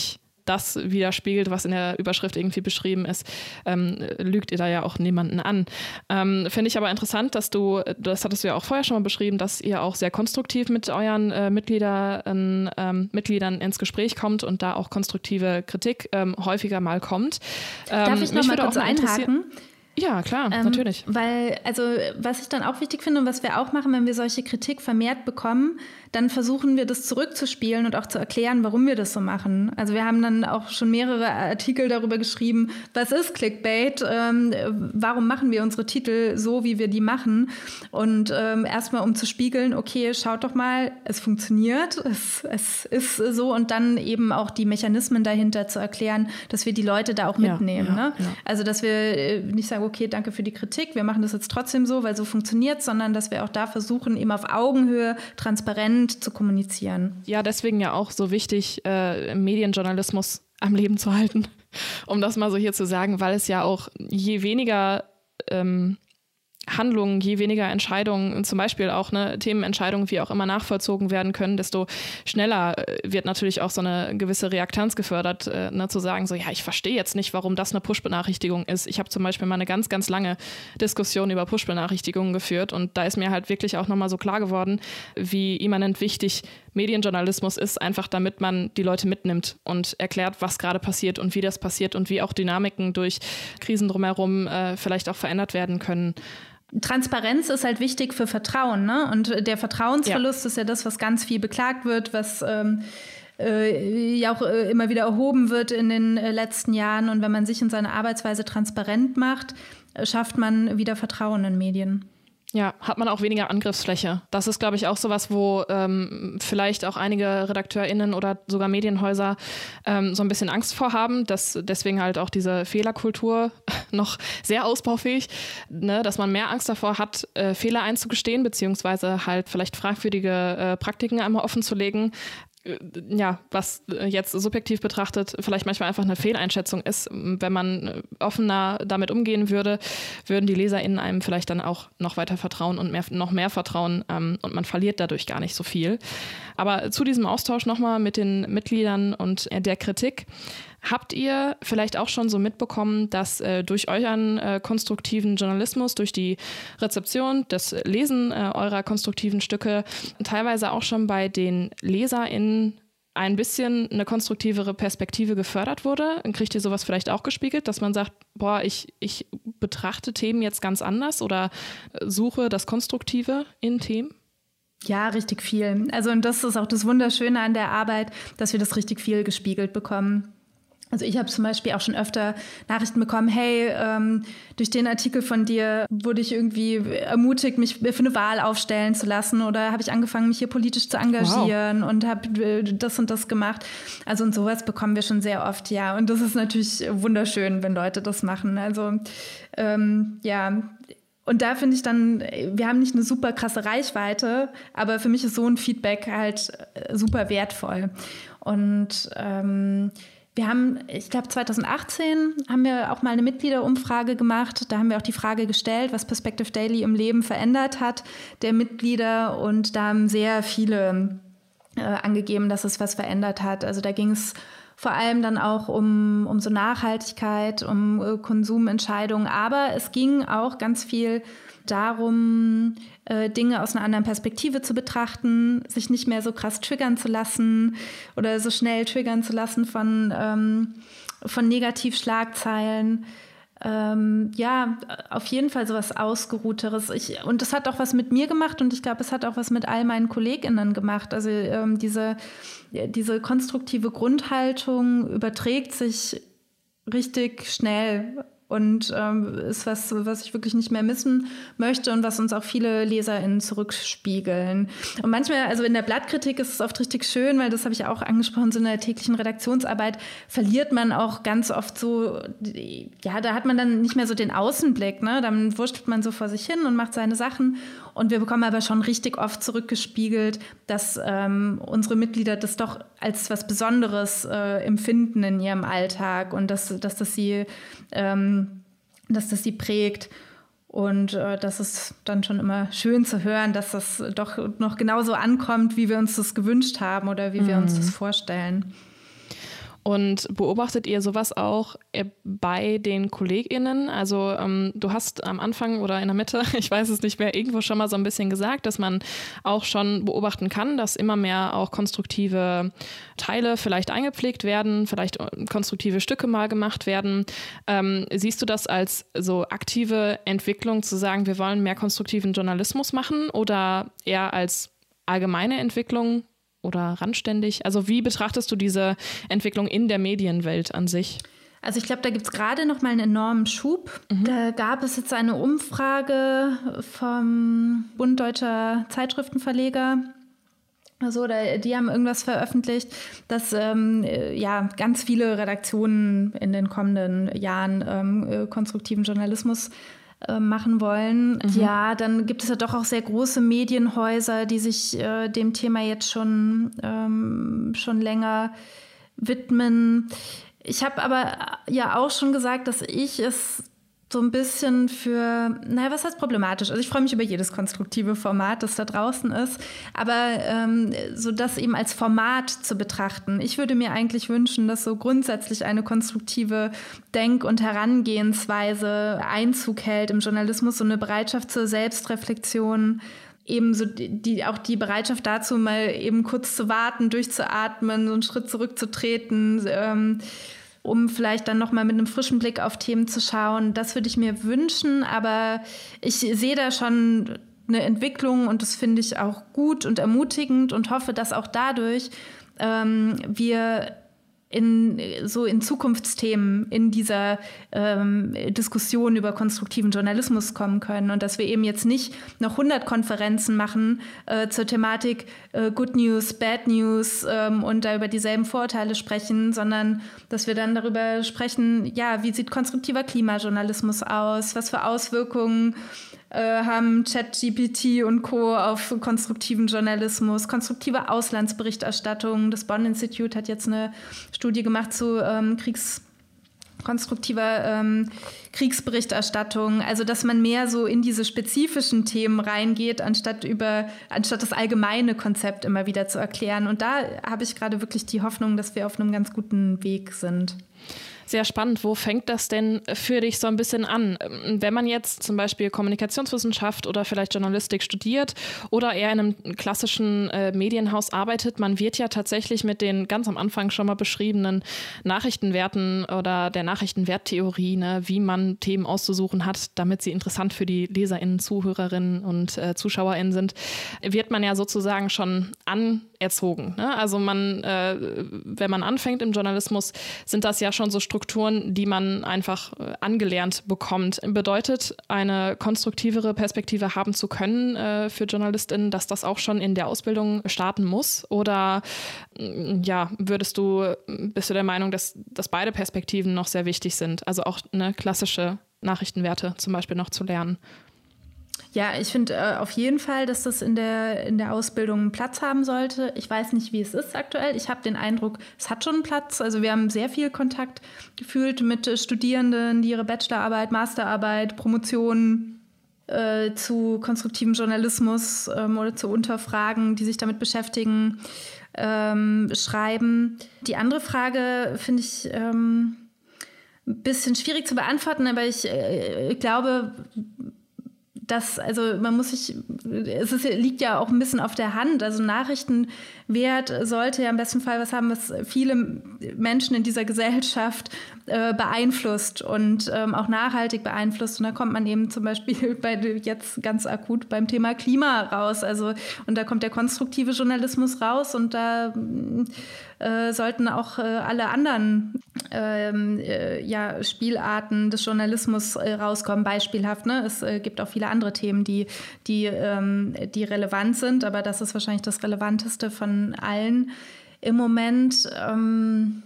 das widerspiegelt, was in der Überschrift irgendwie beschrieben ist, ähm, lügt ihr da ja auch niemanden an. Ähm, finde ich aber interessant, dass du, das hattest du ja auch vorher schon mal beschrieben, dass ihr auch sehr konstruktiv mit euren äh, Mitgliedern, ähm, Mitgliedern ins Gespräch kommt und da auch konstruktive Kritik ähm, häufiger mal kommt. Ähm, Darf ich noch mal kurz einhaken? Ja, klar, ähm, natürlich. Weil, also, was ich dann auch wichtig finde und was wir auch machen, wenn wir solche Kritik vermehrt bekommen, dann versuchen wir das zurückzuspielen und auch zu erklären, warum wir das so machen. Also wir haben dann auch schon mehrere Artikel darüber geschrieben, was ist Clickbait, ähm, warum machen wir unsere Titel so, wie wir die machen. Und ähm, erstmal um zu spiegeln, okay, schaut doch mal, es funktioniert, es, es ist so, und dann eben auch die Mechanismen dahinter zu erklären, dass wir die Leute da auch mitnehmen. Ja, ja, ne? ja. Also dass wir nicht sagen, okay, danke für die Kritik, wir machen das jetzt trotzdem so, weil so funktioniert, sondern dass wir auch da versuchen, eben auf Augenhöhe, transparent zu kommunizieren. Ja, deswegen ja auch so wichtig, äh, Medienjournalismus am Leben zu halten, um das mal so hier zu sagen, weil es ja auch je weniger ähm, Handlungen, je weniger Entscheidungen, zum Beispiel auch ne, Themenentscheidungen, wie auch immer nachvollzogen werden können, desto schneller wird natürlich auch so eine gewisse Reaktanz gefördert, äh, ne, zu sagen, so ja, ich verstehe jetzt nicht, warum das eine Push-Benachrichtigung ist. Ich habe zum Beispiel mal eine ganz, ganz lange Diskussion über Push-Benachrichtigungen geführt und da ist mir halt wirklich auch nochmal so klar geworden, wie immanent wichtig Medienjournalismus ist, einfach damit man die Leute mitnimmt und erklärt, was gerade passiert und wie das passiert und wie auch Dynamiken durch Krisen drumherum äh, vielleicht auch verändert werden können. Transparenz ist halt wichtig für Vertrauen, ne? Und der Vertrauensverlust ja. ist ja das, was ganz viel beklagt wird, was ähm, äh, ja auch äh, immer wieder erhoben wird in den äh, letzten Jahren. Und wenn man sich in seiner Arbeitsweise transparent macht, äh, schafft man wieder Vertrauen in Medien. Ja, hat man auch weniger Angriffsfläche. Das ist, glaube ich, auch sowas, wo ähm, vielleicht auch einige RedakteurInnen oder sogar Medienhäuser ähm, so ein bisschen Angst vor haben, dass deswegen halt auch diese Fehlerkultur noch sehr ausbaufähig, ne, dass man mehr Angst davor hat, äh, Fehler einzugestehen, beziehungsweise halt vielleicht fragwürdige äh, Praktiken einmal offen zu legen. Ja, was jetzt subjektiv betrachtet vielleicht manchmal einfach eine Fehleinschätzung ist. Wenn man offener damit umgehen würde, würden die LeserInnen einem vielleicht dann auch noch weiter vertrauen und mehr, noch mehr vertrauen ähm, und man verliert dadurch gar nicht so viel. Aber zu diesem Austausch nochmal mit den Mitgliedern und der Kritik. Habt ihr vielleicht auch schon so mitbekommen, dass äh, durch euren äh, konstruktiven Journalismus, durch die Rezeption, das Lesen äh, eurer konstruktiven Stücke teilweise auch schon bei den LeserInnen ein bisschen eine konstruktivere Perspektive gefördert wurde? Kriegt ihr sowas vielleicht auch gespiegelt, dass man sagt, boah, ich, ich betrachte Themen jetzt ganz anders oder suche das Konstruktive in Themen? Ja, richtig viel. Also und das ist auch das Wunderschöne an der Arbeit, dass wir das richtig viel gespiegelt bekommen. Also ich habe zum Beispiel auch schon öfter Nachrichten bekommen, hey, ähm, durch den Artikel von dir wurde ich irgendwie ermutigt, mich für eine Wahl aufstellen zu lassen oder habe ich angefangen, mich hier politisch zu engagieren wow. und habe das und das gemacht. Also und sowas bekommen wir schon sehr oft, ja. Und das ist natürlich wunderschön, wenn Leute das machen. Also ähm, ja, und da finde ich dann, wir haben nicht eine super krasse Reichweite, aber für mich ist so ein Feedback halt super wertvoll. Und ähm, wir haben, ich glaube zwanzig achtzehn haben wir auch mal eine Mitgliederumfrage gemacht. Da haben wir auch die Frage gestellt, was Perspective Daily im Leben verändert hat der Mitglieder. Und da haben sehr viele äh, angegeben, dass es was verändert hat. Also da ging es vor allem dann auch um, um so Nachhaltigkeit, um äh, Konsumentscheidungen. Aber es ging auch ganz viel darum, äh, Dinge aus einer anderen Perspektive zu betrachten, sich nicht mehr so krass triggern zu lassen oder so schnell triggern zu lassen von, ähm, von Negativschlagzeilen. Ähm, ja, auf jeden Fall sowas Ausgeruhteres. Ich, und das hat auch was mit mir gemacht und ich glaube, es hat auch was mit all meinen KollegInnen gemacht. Also ähm, diese, diese konstruktive Grundhaltung überträgt sich richtig schnell und ähm, ist was, was ich wirklich nicht mehr missen möchte und was uns auch viele LeserInnen zurückspiegeln. Und manchmal, also in der Blattkritik ist es oft richtig schön, weil das habe ich auch angesprochen, so in der täglichen Redaktionsarbeit verliert man auch ganz oft so, ja, da hat man dann nicht mehr so den Außenblick, ne? Dann wurschtelt man so vor sich hin und macht seine Sachen. Und wir bekommen aber schon richtig oft zurückgespiegelt, dass ähm, unsere Mitglieder das doch als was Besonderes äh, empfinden in ihrem Alltag und dass, dass das sie ähm, dass das sie prägt. Und äh, das ist dann schon immer schön zu hören, dass das doch noch genauso ankommt, wie wir uns das gewünscht haben oder wie wir mhm. uns das vorstellen. Und beobachtet ihr sowas auch bei den KollegInnen? Also ähm, du hast am Anfang oder in der Mitte, ich weiß es nicht mehr, irgendwo schon mal so ein bisschen gesagt, dass man auch schon beobachten kann, dass immer mehr auch konstruktive Teile vielleicht eingepflegt werden, vielleicht konstruktive Stücke mal gemacht werden. Ähm, siehst du das als so aktive Entwicklung, zu sagen, wir wollen mehr konstruktiven Journalismus machen, oder eher als allgemeine Entwicklung oder randständig? Also wie betrachtest du diese Entwicklung in der Medienwelt an sich? Also ich glaube, da gibt es gerade noch mal einen enormen Schub. Mhm. Da gab es jetzt eine Umfrage vom Bund Deutscher Zeitschriftenverleger. Also da, die haben irgendwas veröffentlicht, dass ähm, ja, ganz viele Redaktionen in den kommenden Jahren ähm, konstruktiven Journalismus machen wollen. Mhm. Ja, dann gibt es ja doch auch sehr große Medienhäuser, die sich äh, dem Thema jetzt schon, ähm, schon länger widmen. Ich habe aber ja auch schon gesagt, dass ich es so ein bisschen für, naja, was heißt problematisch? Also ich freue mich über jedes konstruktive Format, das da draußen ist, aber ähm, so das eben als Format zu betrachten. Ich würde mir eigentlich wünschen, dass so grundsätzlich eine konstruktive Denk- und Herangehensweise Einzug hält im Journalismus, so eine Bereitschaft zur Selbstreflexion, ebenso die, die, auch die Bereitschaft dazu, mal eben kurz zu warten, durchzuatmen, so einen Schritt zurückzutreten, ähm, um vielleicht dann nochmal mit einem frischen Blick auf Themen zu schauen. Das würde ich mir wünschen, aber ich sehe da schon eine Entwicklung und das finde ich auch gut und ermutigend und hoffe, dass auch dadurch ähm, wir in so in Zukunftsthemen in dieser ähm, Diskussion über konstruktiven Journalismus kommen können und dass wir eben jetzt nicht noch hundert Konferenzen machen äh, zur Thematik äh, Good News, Bad News ähm, und da über dieselben Vorurteile sprechen, sondern dass wir dann darüber sprechen, ja, wie sieht konstruktiver Klimajournalismus aus, was für Auswirkungen Äh, haben ChatGPT und Co. auf konstruktiven Journalismus, konstruktive Auslandsberichterstattung. Das Bonn-Institut hat jetzt eine Studie gemacht zu ähm, Kriegs konstruktiver ähm, Kriegsberichterstattung. Also, dass man mehr so in diese spezifischen Themen reingeht, anstatt über, anstatt das allgemeine Konzept immer wieder zu erklären. Und da habe ich gerade wirklich die Hoffnung, dass wir auf einem ganz guten Weg sind. Sehr spannend. Wo fängt das denn für dich so ein bisschen an? Wenn man jetzt zum Beispiel Kommunikationswissenschaft oder vielleicht Journalistik studiert oder eher in einem klassischen äh, Medienhaus arbeitet, man wird ja tatsächlich mit den ganz am Anfang schon mal beschriebenen Nachrichtenwerten oder der Nachrichtenwerttheorie, ne, wie man Themen auszusuchen hat, damit sie interessant für die LeserInnen, Zuhörerinnen und äh, ZuschauerInnen sind, wird man ja sozusagen schon anerzogen. Ne? Also man, äh, wenn man anfängt im Journalismus, sind das ja schon so Strukturen, Strukturen, die man einfach äh, angelernt bekommt. Bedeutet, eine konstruktivere Perspektive haben zu können äh, für JournalistInnen, dass das auch schon in der Ausbildung starten muss? Oder äh, ja, würdest du, bist du der Meinung, dass, dass beide Perspektiven noch sehr wichtig sind? Also auch eine klassische Nachrichtenwerte zum Beispiel noch zu lernen? Ja, ich finde äh, auf jeden Fall, dass das in der, in der Ausbildung Platz haben sollte. Ich weiß nicht, wie es ist aktuell. Ich habe den Eindruck, es hat schon einen Platz. Also wir haben sehr viel Kontakt gefühlt mit äh, Studierenden, die ihre Bachelorarbeit, Masterarbeit, Promotion äh, zu konstruktivem Journalismus ähm, oder zu Unterfragen, die sich damit beschäftigen, ähm, schreiben. Die andere Frage finde ich ähm, ein bisschen schwierig zu beantworten, aber ich äh, glaube, Das, also man muss sich, es ist, liegt ja auch ein bisschen auf der Hand. Also Nachrichtenwert sollte ja im besten Fall was haben, was viele Menschen in dieser Gesellschaft äh, beeinflusst und ähm, auch nachhaltig beeinflusst. Und da kommt man eben zum Beispiel bei jetzt ganz akut beim Thema Klima raus. Also und da kommt der konstruktive Journalismus raus und da äh, sollten auch äh, alle anderen ähm, äh, ja, Spielarten des Journalismus äh, rauskommen. Beispielhaft, ne? Es äh, gibt auch viele andere Themen, die, die, ähm, die relevant sind, aber das ist wahrscheinlich das Relevanteste von allen im Moment. Ähm,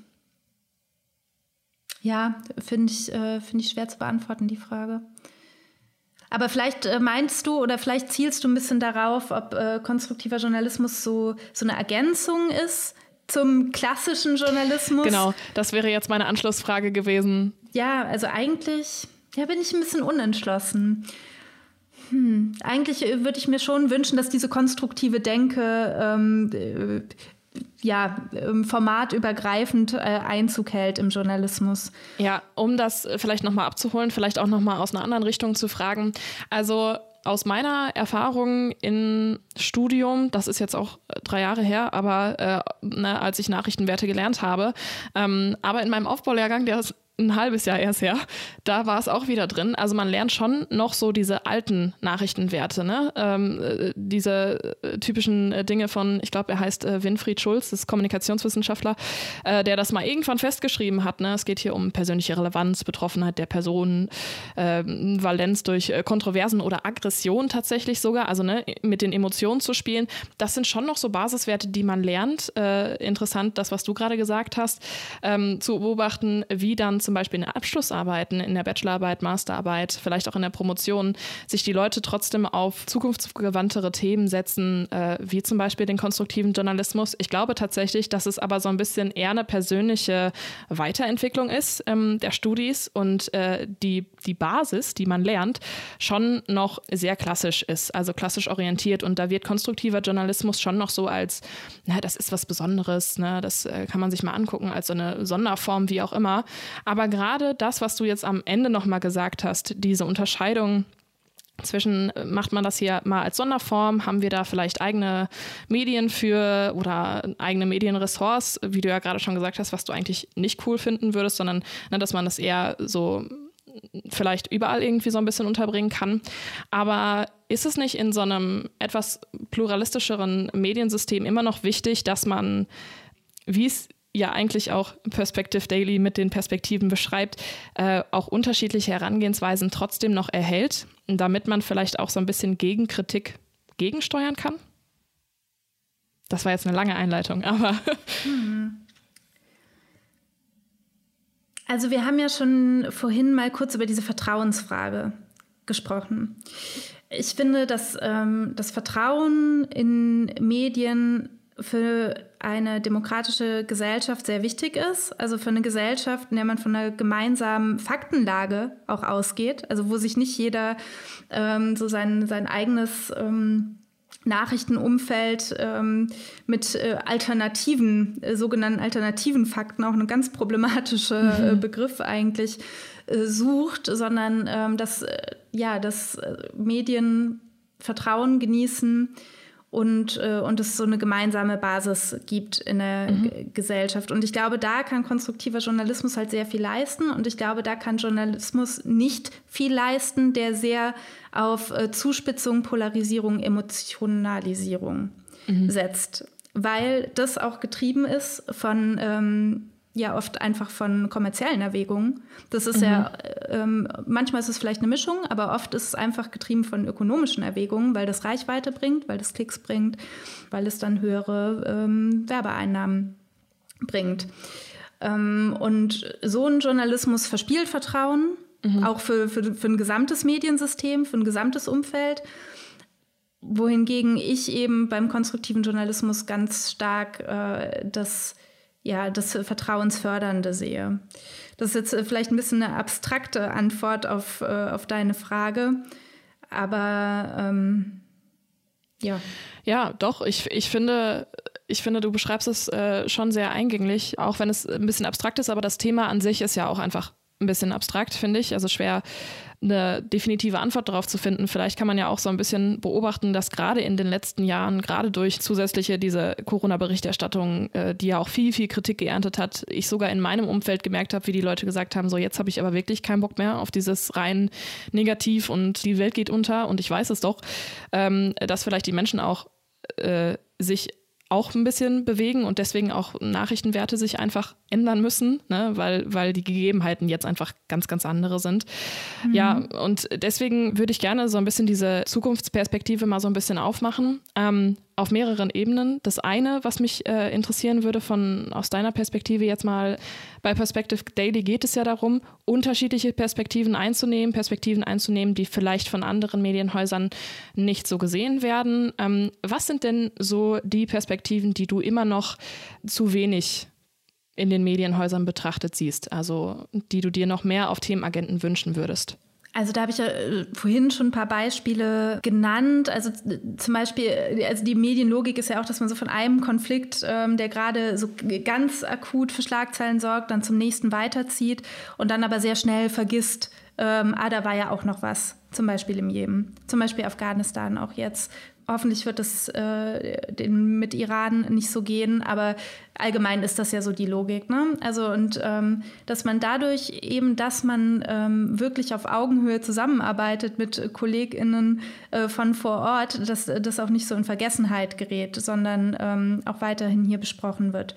ja, finde ich, äh, find ich schwer zu beantworten, die Frage. Aber vielleicht äh, meinst du oder vielleicht zielst du ein bisschen darauf, ob äh, konstruktiver Journalismus so, so eine Ergänzung ist zum klassischen Journalismus. Genau, das wäre jetzt meine Anschlussfrage gewesen. Ja, also eigentlich ja, bin ich ein bisschen unentschlossen. Hm, eigentlich würde ich mir schon wünschen, dass diese konstruktive Denke ähm, ja, formatübergreifend äh, Einzug hält im Journalismus. Ja, um das vielleicht nochmal abzuholen, vielleicht auch nochmal aus einer anderen Richtung zu fragen. Also aus meiner Erfahrung im Studium, das ist jetzt auch drei Jahre her, aber äh, ne, als ich Nachrichtenwerte gelernt habe, ähm, aber in meinem Aufbaulehrgang, der ist ein halbes Jahr erst her, da war es auch wieder drin. Also man lernt schon noch so diese alten Nachrichtenwerte, ne? Ähm, äh, diese äh, typischen äh, Dinge von, ich glaube, er heißt äh, Winfried Schulz, das ist Kommunikationswissenschaftler, äh, der das mal irgendwann festgeschrieben hat. Ne? Es geht hier um persönliche Relevanz, Betroffenheit der Person, äh, Valenz durch äh, Kontroversen oder Aggression tatsächlich sogar, also ne, mit den Emotionen zu spielen. Das sind schon noch so Basiswerte, die man lernt. Äh, interessant, das, was du gerade gesagt hast, ähm, zu beobachten, wie dann zum Beispiel in den Abschlussarbeiten, in der Bachelorarbeit, Masterarbeit, vielleicht auch in der Promotion, sich die Leute trotzdem auf zukunftsgewandtere Themen setzen, äh, wie zum Beispiel den konstruktiven Journalismus. Ich glaube tatsächlich, dass es aber so ein bisschen eher eine persönliche Weiterentwicklung ist ähm, der Studis und äh, die, die Basis, die man lernt, schon noch sehr klassisch ist, also klassisch orientiert, und da wird konstruktiver Journalismus schon noch so als, na, das ist was Besonderes, ne, das äh, kann man sich mal angucken, als so eine Sonderform, wie auch immer. Aber gerade das, was du jetzt am Ende nochmal gesagt hast, diese Unterscheidung zwischen, macht man das hier mal als Sonderform, haben wir da vielleicht eigene Medien für oder eigene Medienressorts, wie du ja gerade schon gesagt hast, was du eigentlich nicht cool finden würdest, sondern ne, dass man das eher so vielleicht überall irgendwie so ein bisschen unterbringen kann. Aber ist es nicht in so einem etwas pluralistischeren Mediensystem immer noch wichtig, dass man, wie es ja eigentlich auch Perspective Daily mit den Perspektiven beschreibt, äh, auch unterschiedliche Herangehensweisen trotzdem noch erhält, damit man vielleicht auch so ein bisschen gegen Kritik gegensteuern kann? Das war jetzt eine lange Einleitung, aber... Also wir haben ja schon vorhin mal kurz über diese Vertrauensfrage gesprochen. Ich finde, dass ähm, das Vertrauen in Medien für eine demokratische Gesellschaft sehr wichtig ist. Also für eine Gesellschaft, in der man von einer gemeinsamen Faktenlage auch ausgeht. Also wo sich nicht jeder ähm, so sein, sein eigenes ähm, Nachrichtenumfeld ähm, mit äh, alternativen, äh, sogenannten alternativen Fakten, auch ein ganz problematischer mhm. äh, Begriff eigentlich, äh, sucht, sondern ähm, dass, äh, ja, dass äh, Medien Vertrauen genießen und, äh, und es so eine gemeinsame Basis gibt in der mhm. G- Gesellschaft. Und ich glaube, da kann konstruktiver Journalismus halt sehr viel leisten. Und ich glaube, da kann Journalismus nicht viel leisten, der sehr auf äh, Zuspitzung, Polarisierung, Emotionalisierung mhm. setzt. Weil das auch getrieben ist von... Ähm, ja oft einfach von kommerziellen Erwägungen. Das ist mhm. ja, ähm, manchmal ist es vielleicht eine Mischung, aber oft ist es einfach getrieben von ökonomischen Erwägungen, weil das Reichweite bringt, weil das Klicks bringt, weil es dann höhere ähm, Werbeeinnahmen bringt. Ähm, und so ein Journalismus verspielt Vertrauen, mhm. auch für, für, für ein gesamtes Mediensystem, für ein gesamtes Umfeld. Wohingegen ich eben beim konstruktiven Journalismus ganz stark äh, das ja, das Vertrauensfördernde sehe. Das ist jetzt vielleicht ein bisschen eine abstrakte Antwort auf, äh, auf deine Frage, aber ähm, ja. Ja, doch, ich, ich finde, ich finde, du beschreibst es äh, schon sehr eingängig, auch wenn es ein bisschen abstrakt ist, aber das Thema an sich ist ja auch einfach ein bisschen abstrakt, finde ich, also schwer eine definitive Antwort darauf zu finden. Vielleicht kann man ja auch so ein bisschen beobachten, dass gerade in den letzten Jahren, gerade durch zusätzliche diese Corona-Berichterstattung, äh, die ja auch viel, viel Kritik geerntet hat, ich sogar in meinem Umfeld gemerkt habe, wie die Leute gesagt haben, so jetzt habe ich aber wirklich keinen Bock mehr auf dieses rein negativ und die Welt geht unter und ich weiß es doch, ähm, dass vielleicht die Menschen auch äh, sich auch ein bisschen bewegen und deswegen auch Nachrichtenwerte sich einfach ändern müssen, ne? weil, weil die Gegebenheiten jetzt einfach ganz, ganz andere sind. Mhm. Ja, und deswegen würde ich gerne so ein bisschen diese Zukunftsperspektive mal so ein bisschen aufmachen, ähm, auf mehreren Ebenen. Das eine, was mich äh, interessieren würde von aus deiner Perspektive jetzt mal, bei Perspective Daily geht es ja darum, unterschiedliche Perspektiven einzunehmen, Perspektiven einzunehmen, die vielleicht von anderen Medienhäusern nicht so gesehen werden. Ähm, was sind denn so die Perspektiven, die du immer noch zu wenig in den Medienhäusern betrachtet siehst, also die du dir noch mehr auf Themenagenten wünschen würdest? Also da habe ich ja äh, vorhin schon ein paar Beispiele genannt. Also äh, zum Beispiel, also die Medienlogik ist ja auch, dass man so von einem Konflikt, ähm, der gerade so ganz akut für Schlagzeilen sorgt, dann zum nächsten weiterzieht und dann aber sehr schnell vergisst, ähm, ah, da war ja auch noch was, zum Beispiel im Jemen, zum Beispiel Afghanistan auch jetzt. Hoffentlich wird es äh, den, mit Iran nicht so gehen, aber allgemein ist das ja so die Logik, ne? Also und ähm, dass man dadurch eben, dass man ähm, wirklich auf Augenhöhe zusammenarbeitet mit KollegInnen äh, von vor Ort, dass das auch nicht so in Vergessenheit gerät, sondern ähm, auch weiterhin hier besprochen wird.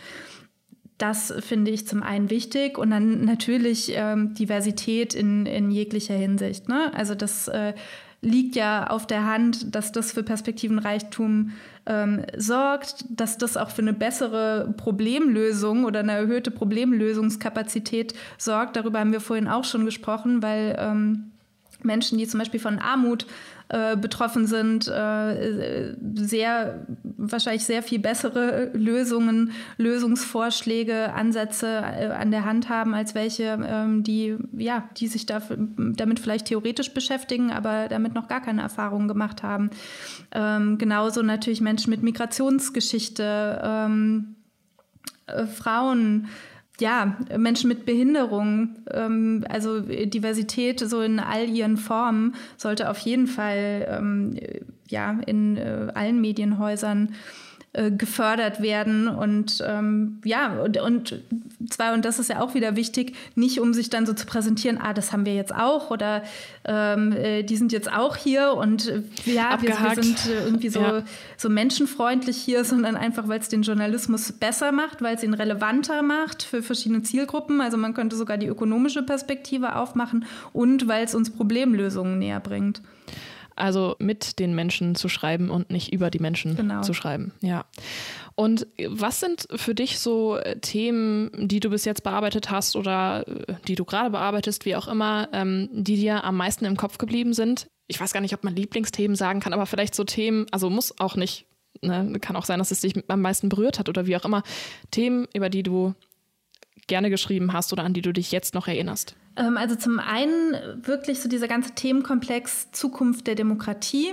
Das finde ich zum einen wichtig und dann natürlich ähm, Diversität in, in jeglicher Hinsicht, ne? Also das äh, liegt ja auf der Hand, dass das für Perspektivenreichtum ähm, sorgt, dass das auch für eine bessere Problemlösung oder eine erhöhte Problemlösungskapazität sorgt. Darüber haben wir vorhin auch schon gesprochen, weil ähm, Menschen, die zum Beispiel von Armut äh, betroffen sind, äh, sehr, wahrscheinlich sehr viel bessere Lösungen, Lösungsvorschläge, Ansätze äh, an der Hand haben, als welche, ähm, die, ja, die sich dafür, damit vielleicht theoretisch beschäftigen, aber damit noch gar keine Erfahrungen gemacht haben. Ähm, genauso natürlich Menschen mit Migrationsgeschichte, ähm, äh, Frauen, ja, Menschen mit Behinderung, ähm, also Diversität so in all ihren Formen sollte auf jeden Fall ähm, ja, in äh, allen Medienhäusern äh, gefördert werden und ähm, ja, und, und zwar, und das ist ja auch wieder wichtig, nicht um sich dann so zu präsentieren, ah, das haben wir jetzt auch oder ähm, äh, die sind jetzt auch hier und äh, ja, wir, wir sind äh, irgendwie so, ja. so menschenfreundlich hier, sondern einfach, weil es den Journalismus besser macht, weil es ihn relevanter macht für verschiedene Zielgruppen, also man könnte sogar die ökonomische Perspektive aufmachen und weil es uns Problemlösungen näher bringt. Also mit den Menschen zu schreiben und nicht über die Menschen genau. zu schreiben. Ja. Und was sind für dich so Themen, die du bis jetzt bearbeitet hast oder die du gerade bearbeitest, wie auch immer, ähm, die dir am meisten im Kopf geblieben sind? Ich weiß gar nicht, ob man Lieblingsthemen sagen kann, aber vielleicht so Themen, also muss auch nicht, ne? Kann auch sein, dass es dich am meisten berührt hat oder wie auch immer. Themen, über die du gerne geschrieben hast oder an die du dich jetzt noch erinnerst. Also zum einen wirklich so dieser ganze Themenkomplex Zukunft der Demokratie.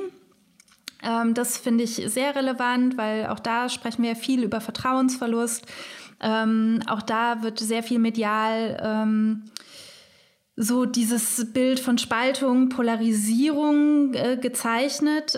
Das finde ich sehr relevant, weil auch da sprechen wir ja viel über Vertrauensverlust. Auch da wird sehr viel medial so dieses Bild von Spaltung, Polarisierung gezeichnet.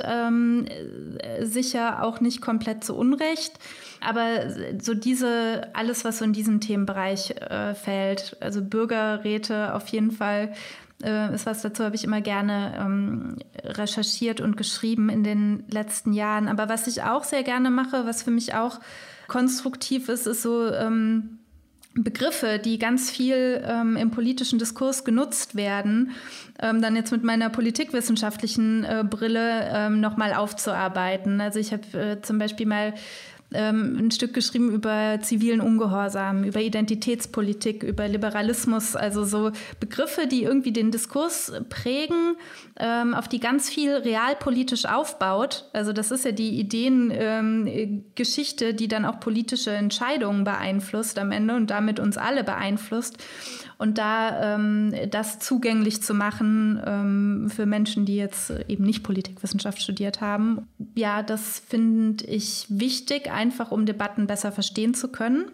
Sicher auch nicht komplett zu Unrecht. Aber so diese, alles, was so in diesen Themenbereich äh, fällt, also Bürgerräte auf jeden Fall, äh, ist was, dazu habe ich immer gerne ähm, recherchiert und geschrieben in den letzten Jahren. Aber was ich auch sehr gerne mache, was für mich auch konstruktiv ist, ist so ähm, Begriffe, die ganz viel ähm, im politischen Diskurs genutzt werden, ähm, dann jetzt mit meiner politikwissenschaftlichen äh, Brille ähm, nochmal aufzuarbeiten. Also ich habe äh, zum Beispiel mal ein Stück geschrieben über zivilen Ungehorsam, über Identitätspolitik, über Liberalismus, also so Begriffe, die irgendwie den Diskurs prägen, ähm, auf die ganz viel realpolitisch aufbaut. Also das ist ja die Ideengeschichte, ähm, die dann auch politische Entscheidungen beeinflusst am Ende und damit uns alle beeinflusst. Und da ähm, das zugänglich zu machen ähm, für Menschen, die jetzt eben nicht Politikwissenschaft studiert haben, ja, das finde ich wichtig, einfach um Debatten besser verstehen zu können.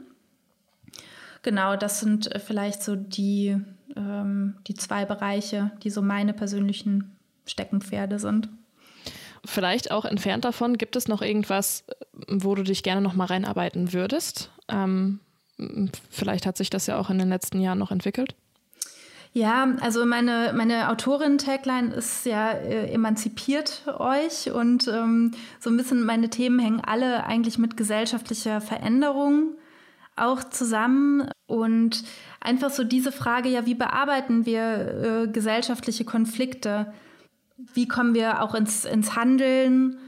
Genau, das sind vielleicht so die, ähm, die zwei Bereiche, die so meine persönlichen Steckenpferde sind. Vielleicht auch entfernt davon, gibt es noch irgendwas, wo du dich gerne noch mal reinarbeiten würdest? Ähm Vielleicht hat sich das ja auch in den letzten Jahren noch entwickelt. Ja, also meine, meine Autorin-Tagline ist ja äh, emanzipiert euch und ähm, so ein bisschen meine Themen hängen alle eigentlich mit gesellschaftlicher Veränderung auch zusammen und einfach so diese Frage, ja, wie bearbeiten wir äh, gesellschaftliche Konflikte? Wie kommen wir auch ins, ins Handeln?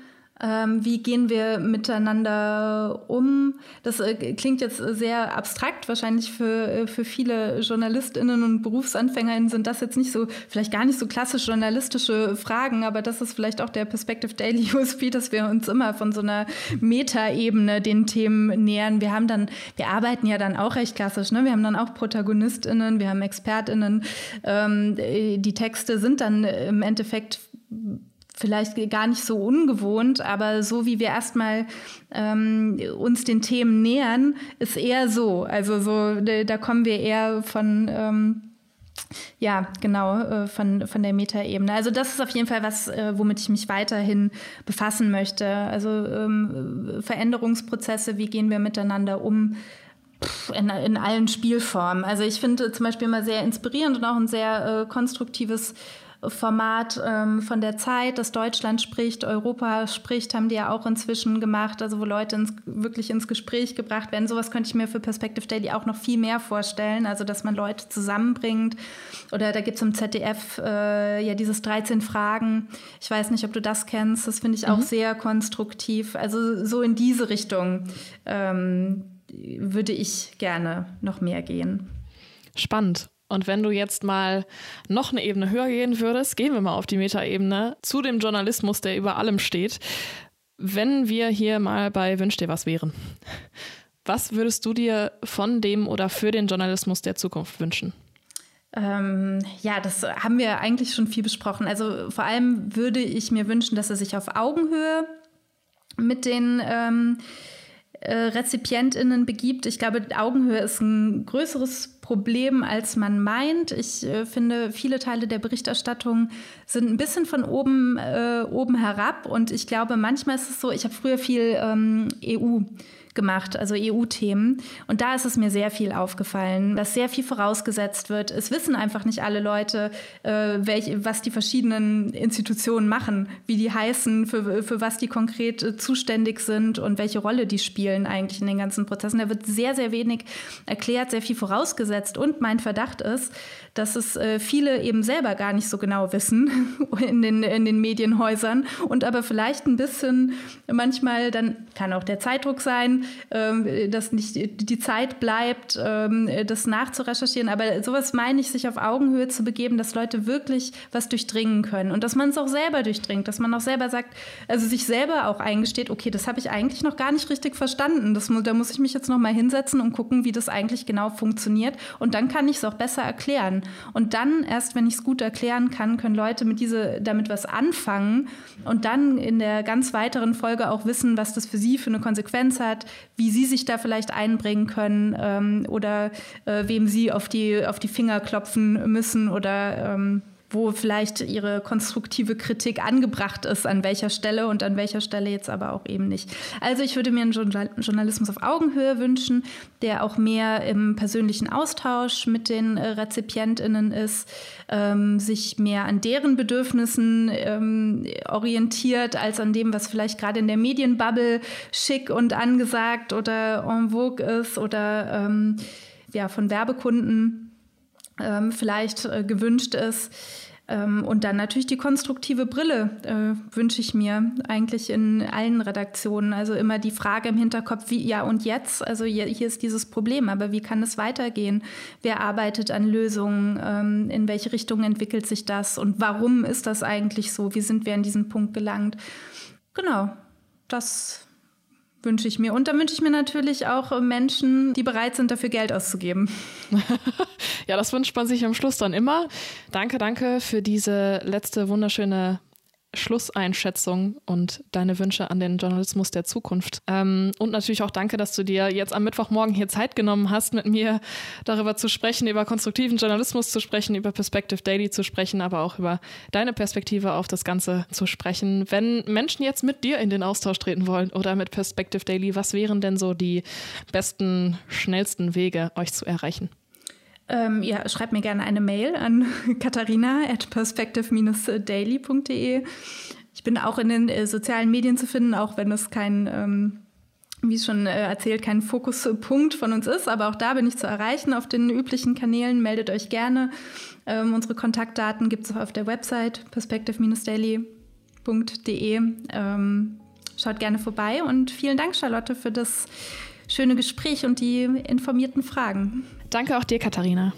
Ähm, wie gehen wir miteinander um? Das äh, klingt jetzt sehr abstrakt. Wahrscheinlich für, für viele JournalistInnen und BerufsanfängerInnen sind das jetzt nicht so, vielleicht gar nicht so klassisch journalistische Fragen, aber das ist vielleicht auch der Perspective Daily U S P, dass wir uns immer von so einer Metaebene den Themen nähern. Wir haben dann, wir arbeiten ja dann auch recht klassisch, ne? Wir haben dann auch ProtagonistInnen, wir haben ExpertInnen. Ähm, die Texte sind dann im Endeffekt vielleicht gar nicht so ungewohnt, aber so wie wir erstmal ähm, uns den Themen nähern, ist eher so. Also so, da kommen wir eher von, ähm, ja, genau, äh, von, von der Metaebene. Also das ist auf jeden Fall was, äh, womit ich mich weiterhin befassen möchte. Also ähm, Veränderungsprozesse, wie gehen wir miteinander um? In, in allen Spielformen. Also ich finde zum Beispiel immer sehr inspirierend und auch ein sehr äh, konstruktives Format ähm, von der Zeit, das Deutschland spricht, Europa spricht, haben die ja auch inzwischen gemacht, also wo Leute ins, wirklich ins Gespräch gebracht werden. Sowas könnte ich mir für Perspective Daily auch noch viel mehr vorstellen, also dass man Leute zusammenbringt. Oder da gibt es im Z D F äh, ja dieses dreizehn Fragen. Ich weiß nicht, ob du das kennst, das finde ich auch mhm. sehr konstruktiv. Also so in diese Richtung ähm, würde ich gerne noch mehr gehen. Spannend. Und wenn du jetzt mal noch eine Ebene höher gehen würdest, gehen wir mal auf die Metaebene zu dem Journalismus, der über allem steht. Wenn wir hier mal bei Wünsch dir was wären, was würdest du dir von dem oder für den Journalismus der Zukunft wünschen? Ähm, ja, das haben wir eigentlich schon viel besprochen. Also vor allem würde ich mir wünschen, dass er sich auf Augenhöhe mit den ähm, RezipientInnen begibt. Ich glaube, Augenhöhe ist ein größeres Problem, als man meint. Ich äh, finde, viele Teile der Berichterstattung sind ein bisschen von oben, äh, oben herab. Und ich glaube, manchmal ist es so, ich habe früher viel ähm, E U gemacht, also E U-Themen. Und da ist es mir sehr viel aufgefallen, dass sehr viel vorausgesetzt wird. Es wissen einfach nicht alle Leute, äh, welch, was die verschiedenen Institutionen machen, wie die heißen, für, für was die konkret äh, zuständig sind und welche Rolle die spielen eigentlich in den ganzen Prozessen. Da wird sehr, sehr wenig erklärt, sehr viel vorausgesetzt. Und mein Verdacht ist, dass es äh, viele eben selber gar nicht so genau wissen in den, in den Medienhäusern und aber vielleicht ein bisschen manchmal, dann kann auch der Zeitdruck sein, dass nicht die Zeit bleibt, das nachzurecherchieren. Aber sowas meine ich, sich auf Augenhöhe zu begeben, dass Leute wirklich was durchdringen können und dass man es auch selber durchdringt, dass man auch selber sagt, also sich selber auch eingesteht, okay, das habe ich eigentlich noch gar nicht richtig verstanden. Das, da muss ich mich jetzt noch mal hinsetzen und gucken, wie das eigentlich genau funktioniert. Und dann kann ich es auch besser erklären. Und dann, erst wenn ich es gut erklären kann, können Leute mit diese, damit was anfangen und dann in der ganz weiteren Folge auch wissen, was das für sie für eine Konsequenz hat, wie sie sich da vielleicht einbringen können ähm, oder äh, wem sie auf die, auf die Finger klopfen müssen oder ähm, wo vielleicht ihre konstruktive Kritik angebracht ist, an welcher Stelle und an welcher Stelle jetzt aber auch eben nicht. Also ich würde mir einen Journalismus auf Augenhöhe wünschen, der auch mehr im persönlichen Austausch mit den äh, RezipientInnen ist, ähm, sich mehr an deren Bedürfnissen ähm, orientiert, als an dem, was vielleicht gerade in der Medienbubble schick und angesagt oder en vogue ist oder ähm, ja, von Werbekunden Ähm, vielleicht äh, gewünscht ist. Ähm, und dann natürlich die konstruktive Brille äh, wünsche ich mir eigentlich in allen Redaktionen. Also immer die Frage im Hinterkopf, wie, ja und jetzt? Also hier, hier ist dieses Problem, aber wie kann es weitergehen? Wer arbeitet an Lösungen? Ähm, in welche Richtung entwickelt sich das? Und warum ist das eigentlich so? Wie sind wir an diesen Punkt gelangt? Genau, das wünsche ich mir. Und dann wünsche ich mir natürlich auch Menschen, die bereit sind, dafür Geld auszugeben. Ja, das wünscht man sich am Schluss dann immer. Danke, danke für diese letzte wunderschöne Schlusseinschätzung und deine Wünsche an den Journalismus der Zukunft. Ähm, und natürlich auch danke, dass du dir jetzt am Mittwochmorgen hier Zeit genommen hast, mit mir darüber zu sprechen, über konstruktiven Journalismus zu sprechen, über Perspective Daily zu sprechen, aber auch über deine Perspektive auf das Ganze zu sprechen. Wenn Menschen jetzt mit dir in den Austausch treten wollen oder mit Perspective Daily, was wären denn so die besten, schnellsten Wege, euch zu erreichen? Ähm, ja, schreibt mir gerne eine Mail an katharina at perspective daily punkt de. Ich bin auch in den äh, sozialen Medien zu finden, auch wenn es kein, ähm, wie schon äh, erzählt, kein Fokuspunkt von uns ist. Aber auch da bin ich zu erreichen auf den üblichen Kanälen. Meldet euch gerne. Ähm, unsere Kontaktdaten gibt es auch auf der Website perspective daily punkt de. Ähm, schaut gerne vorbei und vielen Dank, Charlotte, für das schöne Gespräch und die informierten Fragen. Danke auch dir, Katharina.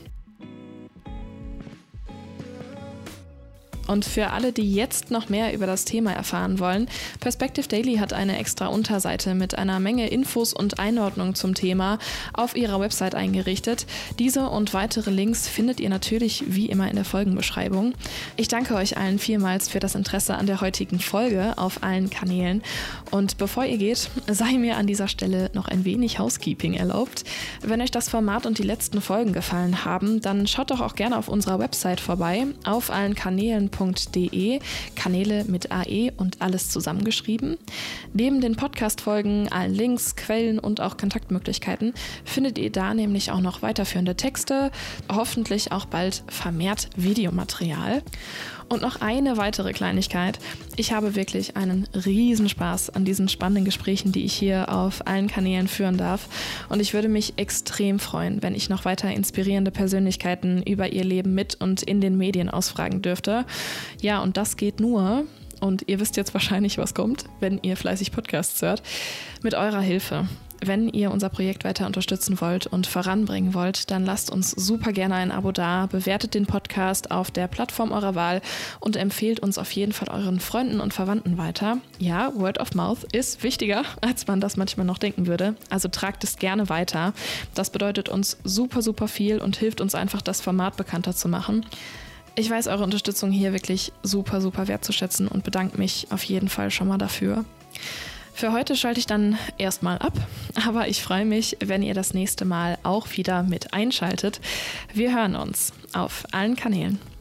Und für alle, die jetzt noch mehr über das Thema erfahren wollen, Perspective Daily hat eine extra Unterseite mit einer Menge Infos und Einordnungen zum Thema auf ihrer Website eingerichtet. Diese und weitere Links findet ihr natürlich wie immer in der Folgenbeschreibung. Ich danke euch allen vielmals für das Interesse an der heutigen Folge auf allen Kanälen. Und bevor ihr geht, sei mir an dieser Stelle noch ein wenig Housekeeping erlaubt. Wenn euch das Format und die letzten Folgen gefallen haben, dann schaut doch auch gerne auf unserer Website vorbei, auf allen Kanälen .de, Kanäle mit A E und alles zusammengeschrieben. Neben den Podcast-Folgen, allen Links, Quellen und auch Kontaktmöglichkeiten findet ihr da nämlich auch noch weiterführende Texte, hoffentlich auch bald vermehrt Videomaterial. Und noch eine weitere Kleinigkeit. Ich habe wirklich einen Riesenspaß an diesen spannenden Gesprächen, die ich hier auf allen Kanälen führen darf. Und ich würde mich extrem freuen, wenn ich noch weiter inspirierende Persönlichkeiten über ihr Leben mit und in den Medien ausfragen dürfte. Ja, und das geht nur, und ihr wisst jetzt wahrscheinlich, was kommt, wenn ihr fleißig Podcasts hört, mit eurer Hilfe. Wenn ihr unser Projekt weiter unterstützen wollt und voranbringen wollt, dann lasst uns super gerne ein Abo da, bewertet den Podcast auf der Plattform eurer Wahl und empfehlt uns auf jeden Fall euren Freunden und Verwandten weiter. Ja, Word of Mouth ist wichtiger, als man das manchmal noch denken würde, also tragt es gerne weiter. Das bedeutet uns super, super viel und hilft uns einfach, das Format bekannter zu machen. Ich weiß eure Unterstützung hier wirklich super, super wertzuschätzen und bedanke mich auf jeden Fall schon mal dafür. Für heute schalte ich dann erstmal ab, aber ich freue mich, wenn ihr das nächste Mal auch wieder mit einschaltet. Wir hören uns auf allen Kanälen.